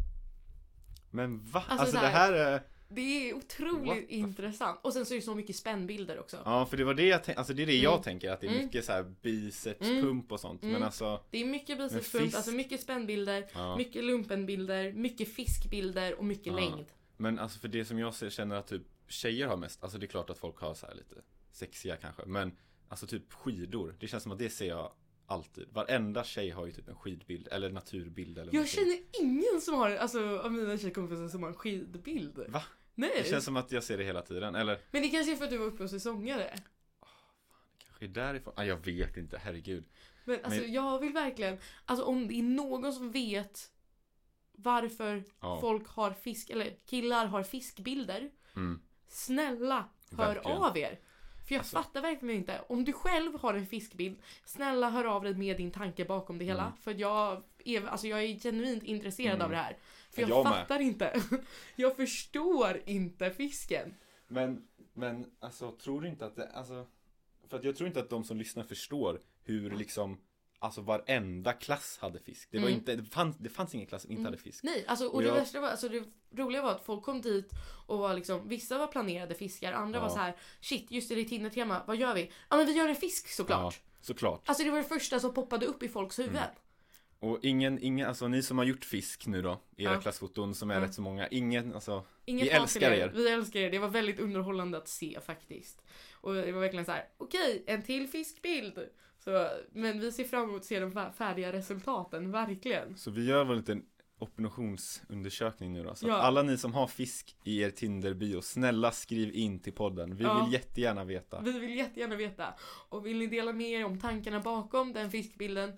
[SPEAKER 2] Men va?
[SPEAKER 1] Alltså,
[SPEAKER 2] alltså
[SPEAKER 1] här,
[SPEAKER 2] det här är...
[SPEAKER 1] Det är otroligt intressant. Och sen så är det så mycket spännbilder också.
[SPEAKER 2] Ja, för det var det jag tänkte, alltså det är det mm. jag tänker, att det är mycket mm. så här bicepspump mm. och sånt. Men alltså...
[SPEAKER 1] Det är mycket bicepspump, fisk... alltså mycket spännbilder, ja. mycket lumpenbilder, mycket fiskbilder och mycket ja. längd.
[SPEAKER 2] Men alltså för det som jag ser, känner att typ tjejer har mest, alltså det är klart att folk har så här lite sexiga kanske, men alltså typ skidor, det känns som att det ser jag alltid. Varenda tjej har ju typ en skidbild eller naturbild eller
[SPEAKER 1] jag någonting. Känner ingen som har, alltså av mina tjejkompisar som har en skidbild.
[SPEAKER 2] Va?
[SPEAKER 1] Nej.
[SPEAKER 2] Det känns som att jag ser det hela tiden, eller?
[SPEAKER 1] Men det kanske är för att du var uppe och säsongare.
[SPEAKER 2] Oh, fan, det kanske är därifrån. Ah, jag vet inte, herregud.
[SPEAKER 1] Men alltså Men... jag vill verkligen, alltså om det är någon som vet varför oh. folk har fisk, eller killar har fiskbilder. Mm. Snälla, hör verkligen. Av er. För jag alltså. fattar verkligen inte. Om du själv har en fiskbild, snälla hör av dig med din tanke bakom det hela. Mm. För jag är, alltså jag är genuint intresserad mm. av det här. För jag, jag fattar med. inte. Jag förstår inte fisken.
[SPEAKER 2] Men, men alltså tror du inte att det, alltså, för att jag tror inte att de som lyssnar förstår hur liksom, alltså varenda klass hade fisk. Det var mm. inte, det fanns, det fanns ingen klass som inte mm. hade fisk.
[SPEAKER 1] Nej, alltså, och, och det jag... värsta var, alltså det roliga var att folk kom dit och var liksom, vissa var planerade fiskar, andra ja. var så här, shit, just det, det är Tinder-tema, vad gör vi? Ja men vi gör en fisk såklart.
[SPEAKER 2] Ja, såklart.
[SPEAKER 1] Alltså det var det första som poppade upp i folks huvuden. Mm.
[SPEAKER 2] Och ingen, ingen, alltså ni som har gjort fisk nu då, era ja. klassfoton som är ja. rätt så många, ingen, alltså, ingen vi älskar er.
[SPEAKER 1] Vi älskar er, det var väldigt underhållande att se faktiskt. Och det var verkligen så här, okej, en till fiskbild. Så, men vi ser fram emot att se de färdiga resultaten, verkligen.
[SPEAKER 2] Så vi gör väl en liten opinionsundersökning nu då. Så
[SPEAKER 1] ja.
[SPEAKER 2] alla ni som har fisk i er Tinder-bio, snälla skriv in till podden. Vi ja. vill jättegärna veta.
[SPEAKER 1] Vi vill jättegärna veta. Och vill ni dela med er om tankarna bakom den fiskbilden,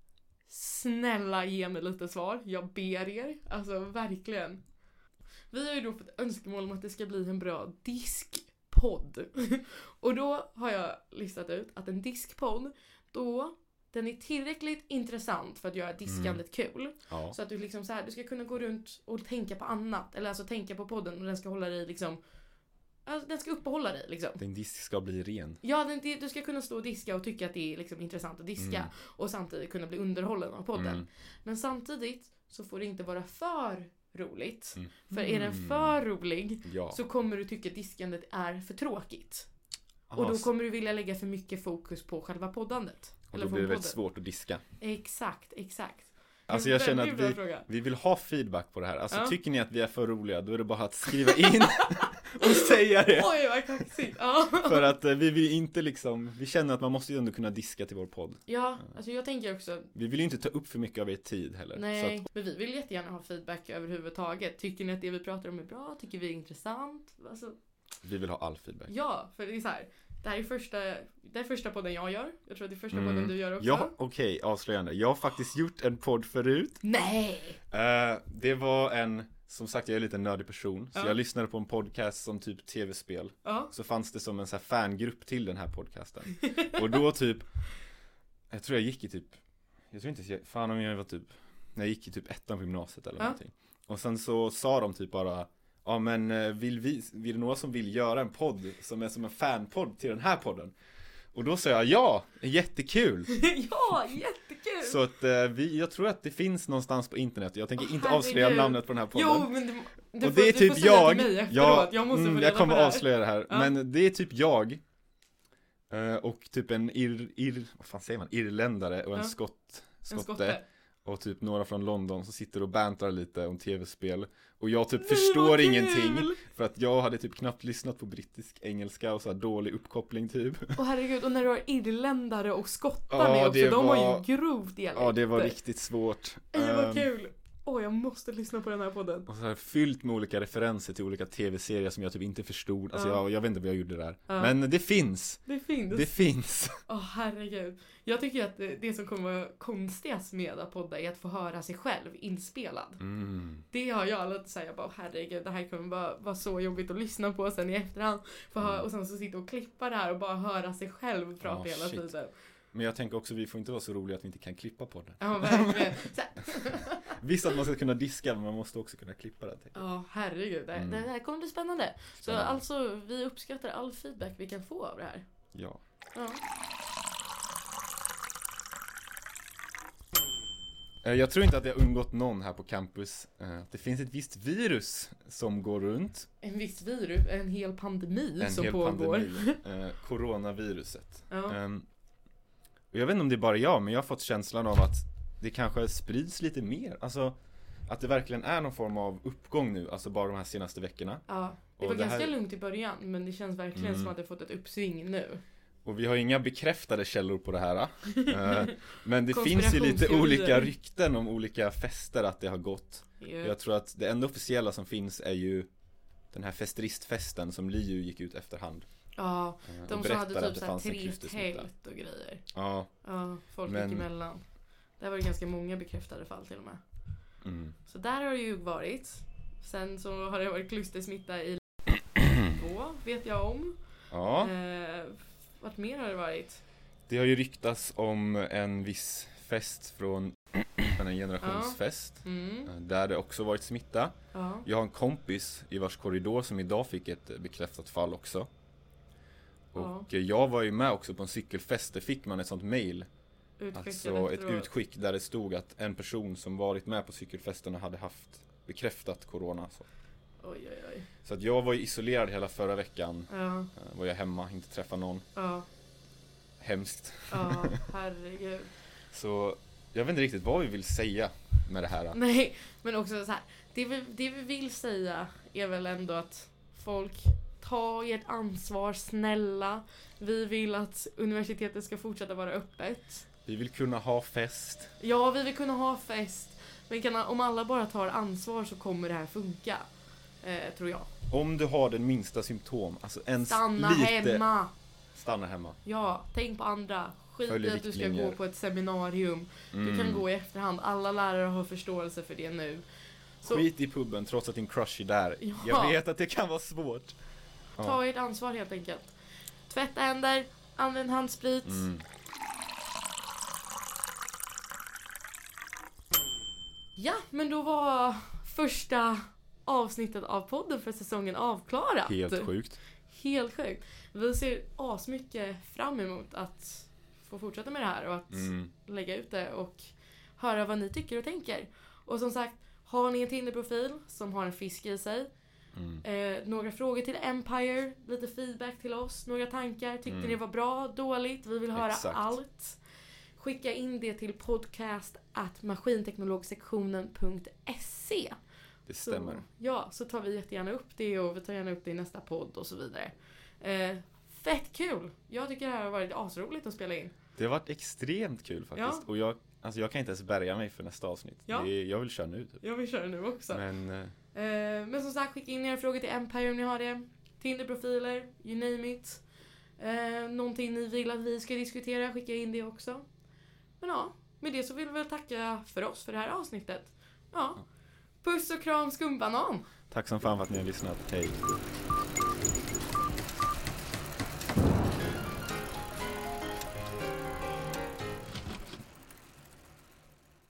[SPEAKER 1] snälla ge mig lite svar. Jag ber er. Alltså verkligen. Vi har ju då fått önskemål om att det ska bli en bra diskpodd. Och då har jag listat ut att en diskpodd, då den är tillräckligt intressant för att göra diskandet mm. kul. Ja. Så att du liksom så här, du ska kunna gå runt och tänka på annat. Eller alltså tänka på podden och den ska hålla dig liksom, alltså den ska uppehålla dig liksom.
[SPEAKER 2] Din disk ska bli ren.
[SPEAKER 1] Ja, den, du ska kunna stå och diska och tycka att det är liksom intressant att diska. Mm. Och samtidigt kunna bli underhållen av podden. Mm. Men samtidigt så får det inte vara för roligt. Mm. För är den för rolig ja. så kommer du tycka att diskandet är för tråkigt. Aha. Och då kommer du vilja lägga för mycket fokus på själva poddandet.
[SPEAKER 2] Och då blir det väldigt svårt att diska.
[SPEAKER 1] Exakt, exakt.
[SPEAKER 2] Alltså jag känner att vi, vi vill ha feedback på det här. Alltså ja. tycker ni att vi är för roliga, då är det bara att skriva in och säga det.
[SPEAKER 1] Oj, vad kaxigt. Ja.
[SPEAKER 2] För att eh, vi vill inte liksom, vi känner att man måste ju ändå kunna diska till vår podd.
[SPEAKER 1] Ja, alltså jag tänker också.
[SPEAKER 2] Vi vill ju inte ta upp för mycket av er tid heller.
[SPEAKER 1] Nej,
[SPEAKER 2] så att...
[SPEAKER 1] men vi vill jättegärna ha feedback överhuvudtaget. Tycker ni att det vi pratar om är bra? Tycker vi är intressant? Alltså...
[SPEAKER 2] Vi vill ha all feedback.
[SPEAKER 1] Ja, för det är så här. Det här är första, det är första podden jag gör. Jag tror att det är första mm. podden du gör också.
[SPEAKER 2] Ja, okej, okay, avslöjande. Jag har faktiskt gjort en podd förut.
[SPEAKER 1] Nej!
[SPEAKER 2] Uh, det var en, som sagt jag är lite en nördig person. Så ja. jag lyssnade på en podcast som typ tv-spel. Ja. Så fanns det som en så här fangrupp till den här podcasten. Och då typ, jag tror jag gick i typ, jag tror inte, fan om jag var typ, när jag gick i typ ettan på gymnasiet eller ja. någonting. Och sen så sa de typ bara, ja men vill vi, vill det några som vill göra en podd som är som en fanpodd till den här podden? Och då sa jag ja, jättekul.
[SPEAKER 1] Ja, jättekul.
[SPEAKER 2] Så att vi, jag tror att det finns någonstans på internet. Jag tänker oh, inte avslöja namnet på den här podden.
[SPEAKER 1] Jo, men du, du
[SPEAKER 2] och det är
[SPEAKER 1] får,
[SPEAKER 2] typ
[SPEAKER 1] du får
[SPEAKER 2] jag.
[SPEAKER 1] Mig efteråt. Ja, jag måste mm,
[SPEAKER 2] jag kommer att avslöja det här.
[SPEAKER 1] Ja.
[SPEAKER 2] Men det är typ jag och typ en ir, ir, vad fan säger man? irländare och en, ja. skott, skotte. En skotte. Och typ några från London som sitter och bantar lite om tv-spel. Och jag typ Nej, förstår ingenting. För att jag hade typ knappt lyssnat på brittisk engelska och så här dålig uppkoppling typ.
[SPEAKER 1] Åh herregud, och när du har irländare och skottar ja, med också, de var, har ju grovt dialekter.
[SPEAKER 2] Ja, det var riktigt svårt.
[SPEAKER 1] Det var um, kul. Åh, oh, jag måste lyssna på den här podden.
[SPEAKER 2] Och så här fyllt med olika referenser till olika tv-serier som jag typ inte förstod. Alltså
[SPEAKER 1] ja.
[SPEAKER 2] jag, jag vet inte vad jag gjorde där.
[SPEAKER 1] Ja.
[SPEAKER 2] Men det finns.
[SPEAKER 1] Det finns.
[SPEAKER 2] Det finns.
[SPEAKER 1] Åh, oh, herregud. Jag tycker att det, det som kommer vara konstigast med att podda är att få höra sig själv inspelad.
[SPEAKER 2] Mm.
[SPEAKER 1] Det har jag lite så här, jag bara, herregud, det här kommer vara, vara så jobbigt att lyssna på sen i efterhand. Få höra, mm. och sen så sitta och klippa det här och bara höra sig själv prata oh, hela
[SPEAKER 2] shit.
[SPEAKER 1] tiden.
[SPEAKER 2] Men jag tänker också, vi får inte vara så roliga att vi inte kan klippa på det.
[SPEAKER 1] Ja, verkligen.
[SPEAKER 2] Visst att man ska kunna diska, men man måste också kunna klippa det.
[SPEAKER 1] Ja, oh, herregud. Det, mm. det här kommer bli spännande. Så spännande. Alltså, vi uppskattar all feedback vi kan få av det här.
[SPEAKER 2] Ja.
[SPEAKER 1] Ja.
[SPEAKER 2] Jag tror inte att det har undgått någon här på campus. Det finns ett visst virus som går runt.
[SPEAKER 1] En viss virus, en hel pandemi
[SPEAKER 2] en
[SPEAKER 1] som
[SPEAKER 2] hel
[SPEAKER 1] pågår.
[SPEAKER 2] Pandemi, eh, coronaviruset.
[SPEAKER 1] Ja.
[SPEAKER 2] Um, och jag vet inte om det är bara jag, men jag har fått känslan av att det kanske sprids lite mer. Alltså att det verkligen är någon form av uppgång nu, alltså bara de här senaste veckorna.
[SPEAKER 1] Ja, det var det ganska här... lugnt i början, men det känns verkligen mm. som att det fått ett uppsving nu.
[SPEAKER 2] Och vi har inga bekräftade källor på det här. Men det finns ju lite olika rykten om olika fester att det har gått. Yeah. Jag tror att det enda officiella som finns är ju den här festeristfesten som Liu gick ut efterhand.
[SPEAKER 1] Ja, de som hade typ såhär tre tält och grejer.
[SPEAKER 2] Ja.
[SPEAKER 1] Ja, folk Men... gick emellan. Där var det ganska många bekräftade fall till och med. Mm. Så där har det ju varit. Sen så har det varit klustersmitta i två, vet jag om.
[SPEAKER 2] Ja.
[SPEAKER 1] Eh, Vart mer har det varit?
[SPEAKER 2] Det har ju ryktats om en viss fest från en generationsfest.
[SPEAKER 1] Ja. Mm.
[SPEAKER 2] Där det också varit smitta.
[SPEAKER 1] Ja.
[SPEAKER 2] Jag har en kompis i vars korridor som idag fick ett bekräftat fall också. Och ja. jag var ju med också på en cykelfest. Där fick man ett sånt mail. Alltså ett utskick där det stod att en person som varit med på cykelfesterna hade haft bekräftat corona. Så.
[SPEAKER 1] Oj, oj, oj.
[SPEAKER 2] Så att jag var ju isolerad hela förra veckan.
[SPEAKER 1] Ja.
[SPEAKER 2] Var jag hemma, inte träffa någon.
[SPEAKER 1] Ja.
[SPEAKER 2] Hemskt.
[SPEAKER 1] Ja, herregud.
[SPEAKER 2] Så jag vet inte riktigt vad vi vill säga med det här.
[SPEAKER 1] Nej, men också så här. Det vi, det vi vill säga är väl ändå att folk tar ert ansvar, snälla. Vi vill att universitetet ska fortsätta vara öppet.
[SPEAKER 2] Vi vill kunna ha fest.
[SPEAKER 1] Ja, vi vill kunna ha fest. Men kan, om alla bara tar ansvar så kommer det här funka. Eh, tror jag.
[SPEAKER 2] Om du har den minsta symptom, alltså ens
[SPEAKER 1] stanna
[SPEAKER 2] lite...
[SPEAKER 1] hemma.
[SPEAKER 2] Stanna hemma.
[SPEAKER 1] Ja, tänk på andra. Skit i att du ska gå på ett seminarium. Mm. Du kan gå i efterhand. Alla lärare har förståelse för det nu.
[SPEAKER 2] Så... Skit i puben trots att din crush är där. Ja. Jag vet att det kan vara svårt.
[SPEAKER 1] Ta ja. ert ansvar helt enkelt. Tvätta händer, använd handsprit.
[SPEAKER 2] Mm.
[SPEAKER 1] Ja, men då var första avsnittet av podden för säsongen avklarat.
[SPEAKER 2] Helt sjukt.
[SPEAKER 1] Helt sjukt. Vi ser asmycket fram emot att få fortsätta med det här och att mm. lägga ut det och höra vad ni tycker och tänker. Och som sagt, har ni en Tinder-profil som har en fisk i sig, mm. eh, några frågor till Empire, lite feedback till oss, några tankar, tyckte mm. ni var bra, dåligt, vi vill höra
[SPEAKER 2] Exakt.
[SPEAKER 1] allt. Skicka in det till podcast at maskinteknologsektionen punkt se.
[SPEAKER 2] Det stämmer.
[SPEAKER 1] Så, ja, så tar vi jättegärna upp det och vi tar gärna upp det i nästa podd och så vidare. Eh, fett kul! Jag tycker det här har varit asroligt att spela in.
[SPEAKER 2] Det har varit extremt kul faktiskt. Ja. Och jag, alltså jag kan inte ens bärga mig för nästa avsnitt.
[SPEAKER 1] Ja.
[SPEAKER 2] Det är, jag vill köra nu. Typ.
[SPEAKER 1] Jag vill köra nu också.
[SPEAKER 2] Men, eh.
[SPEAKER 1] Eh, men som sagt, skicka in era frågor till Empire om ni har det. Tinder-profiler, you name it. Eh, någonting ni vill att vi ska diskutera, skicka in det också. Men ja, med det så vill vi väl tacka för oss för det här avsnittet. Ja. Puss och kram, skumbanan.
[SPEAKER 2] Tack som fan för att ni har lyssnat. Hej.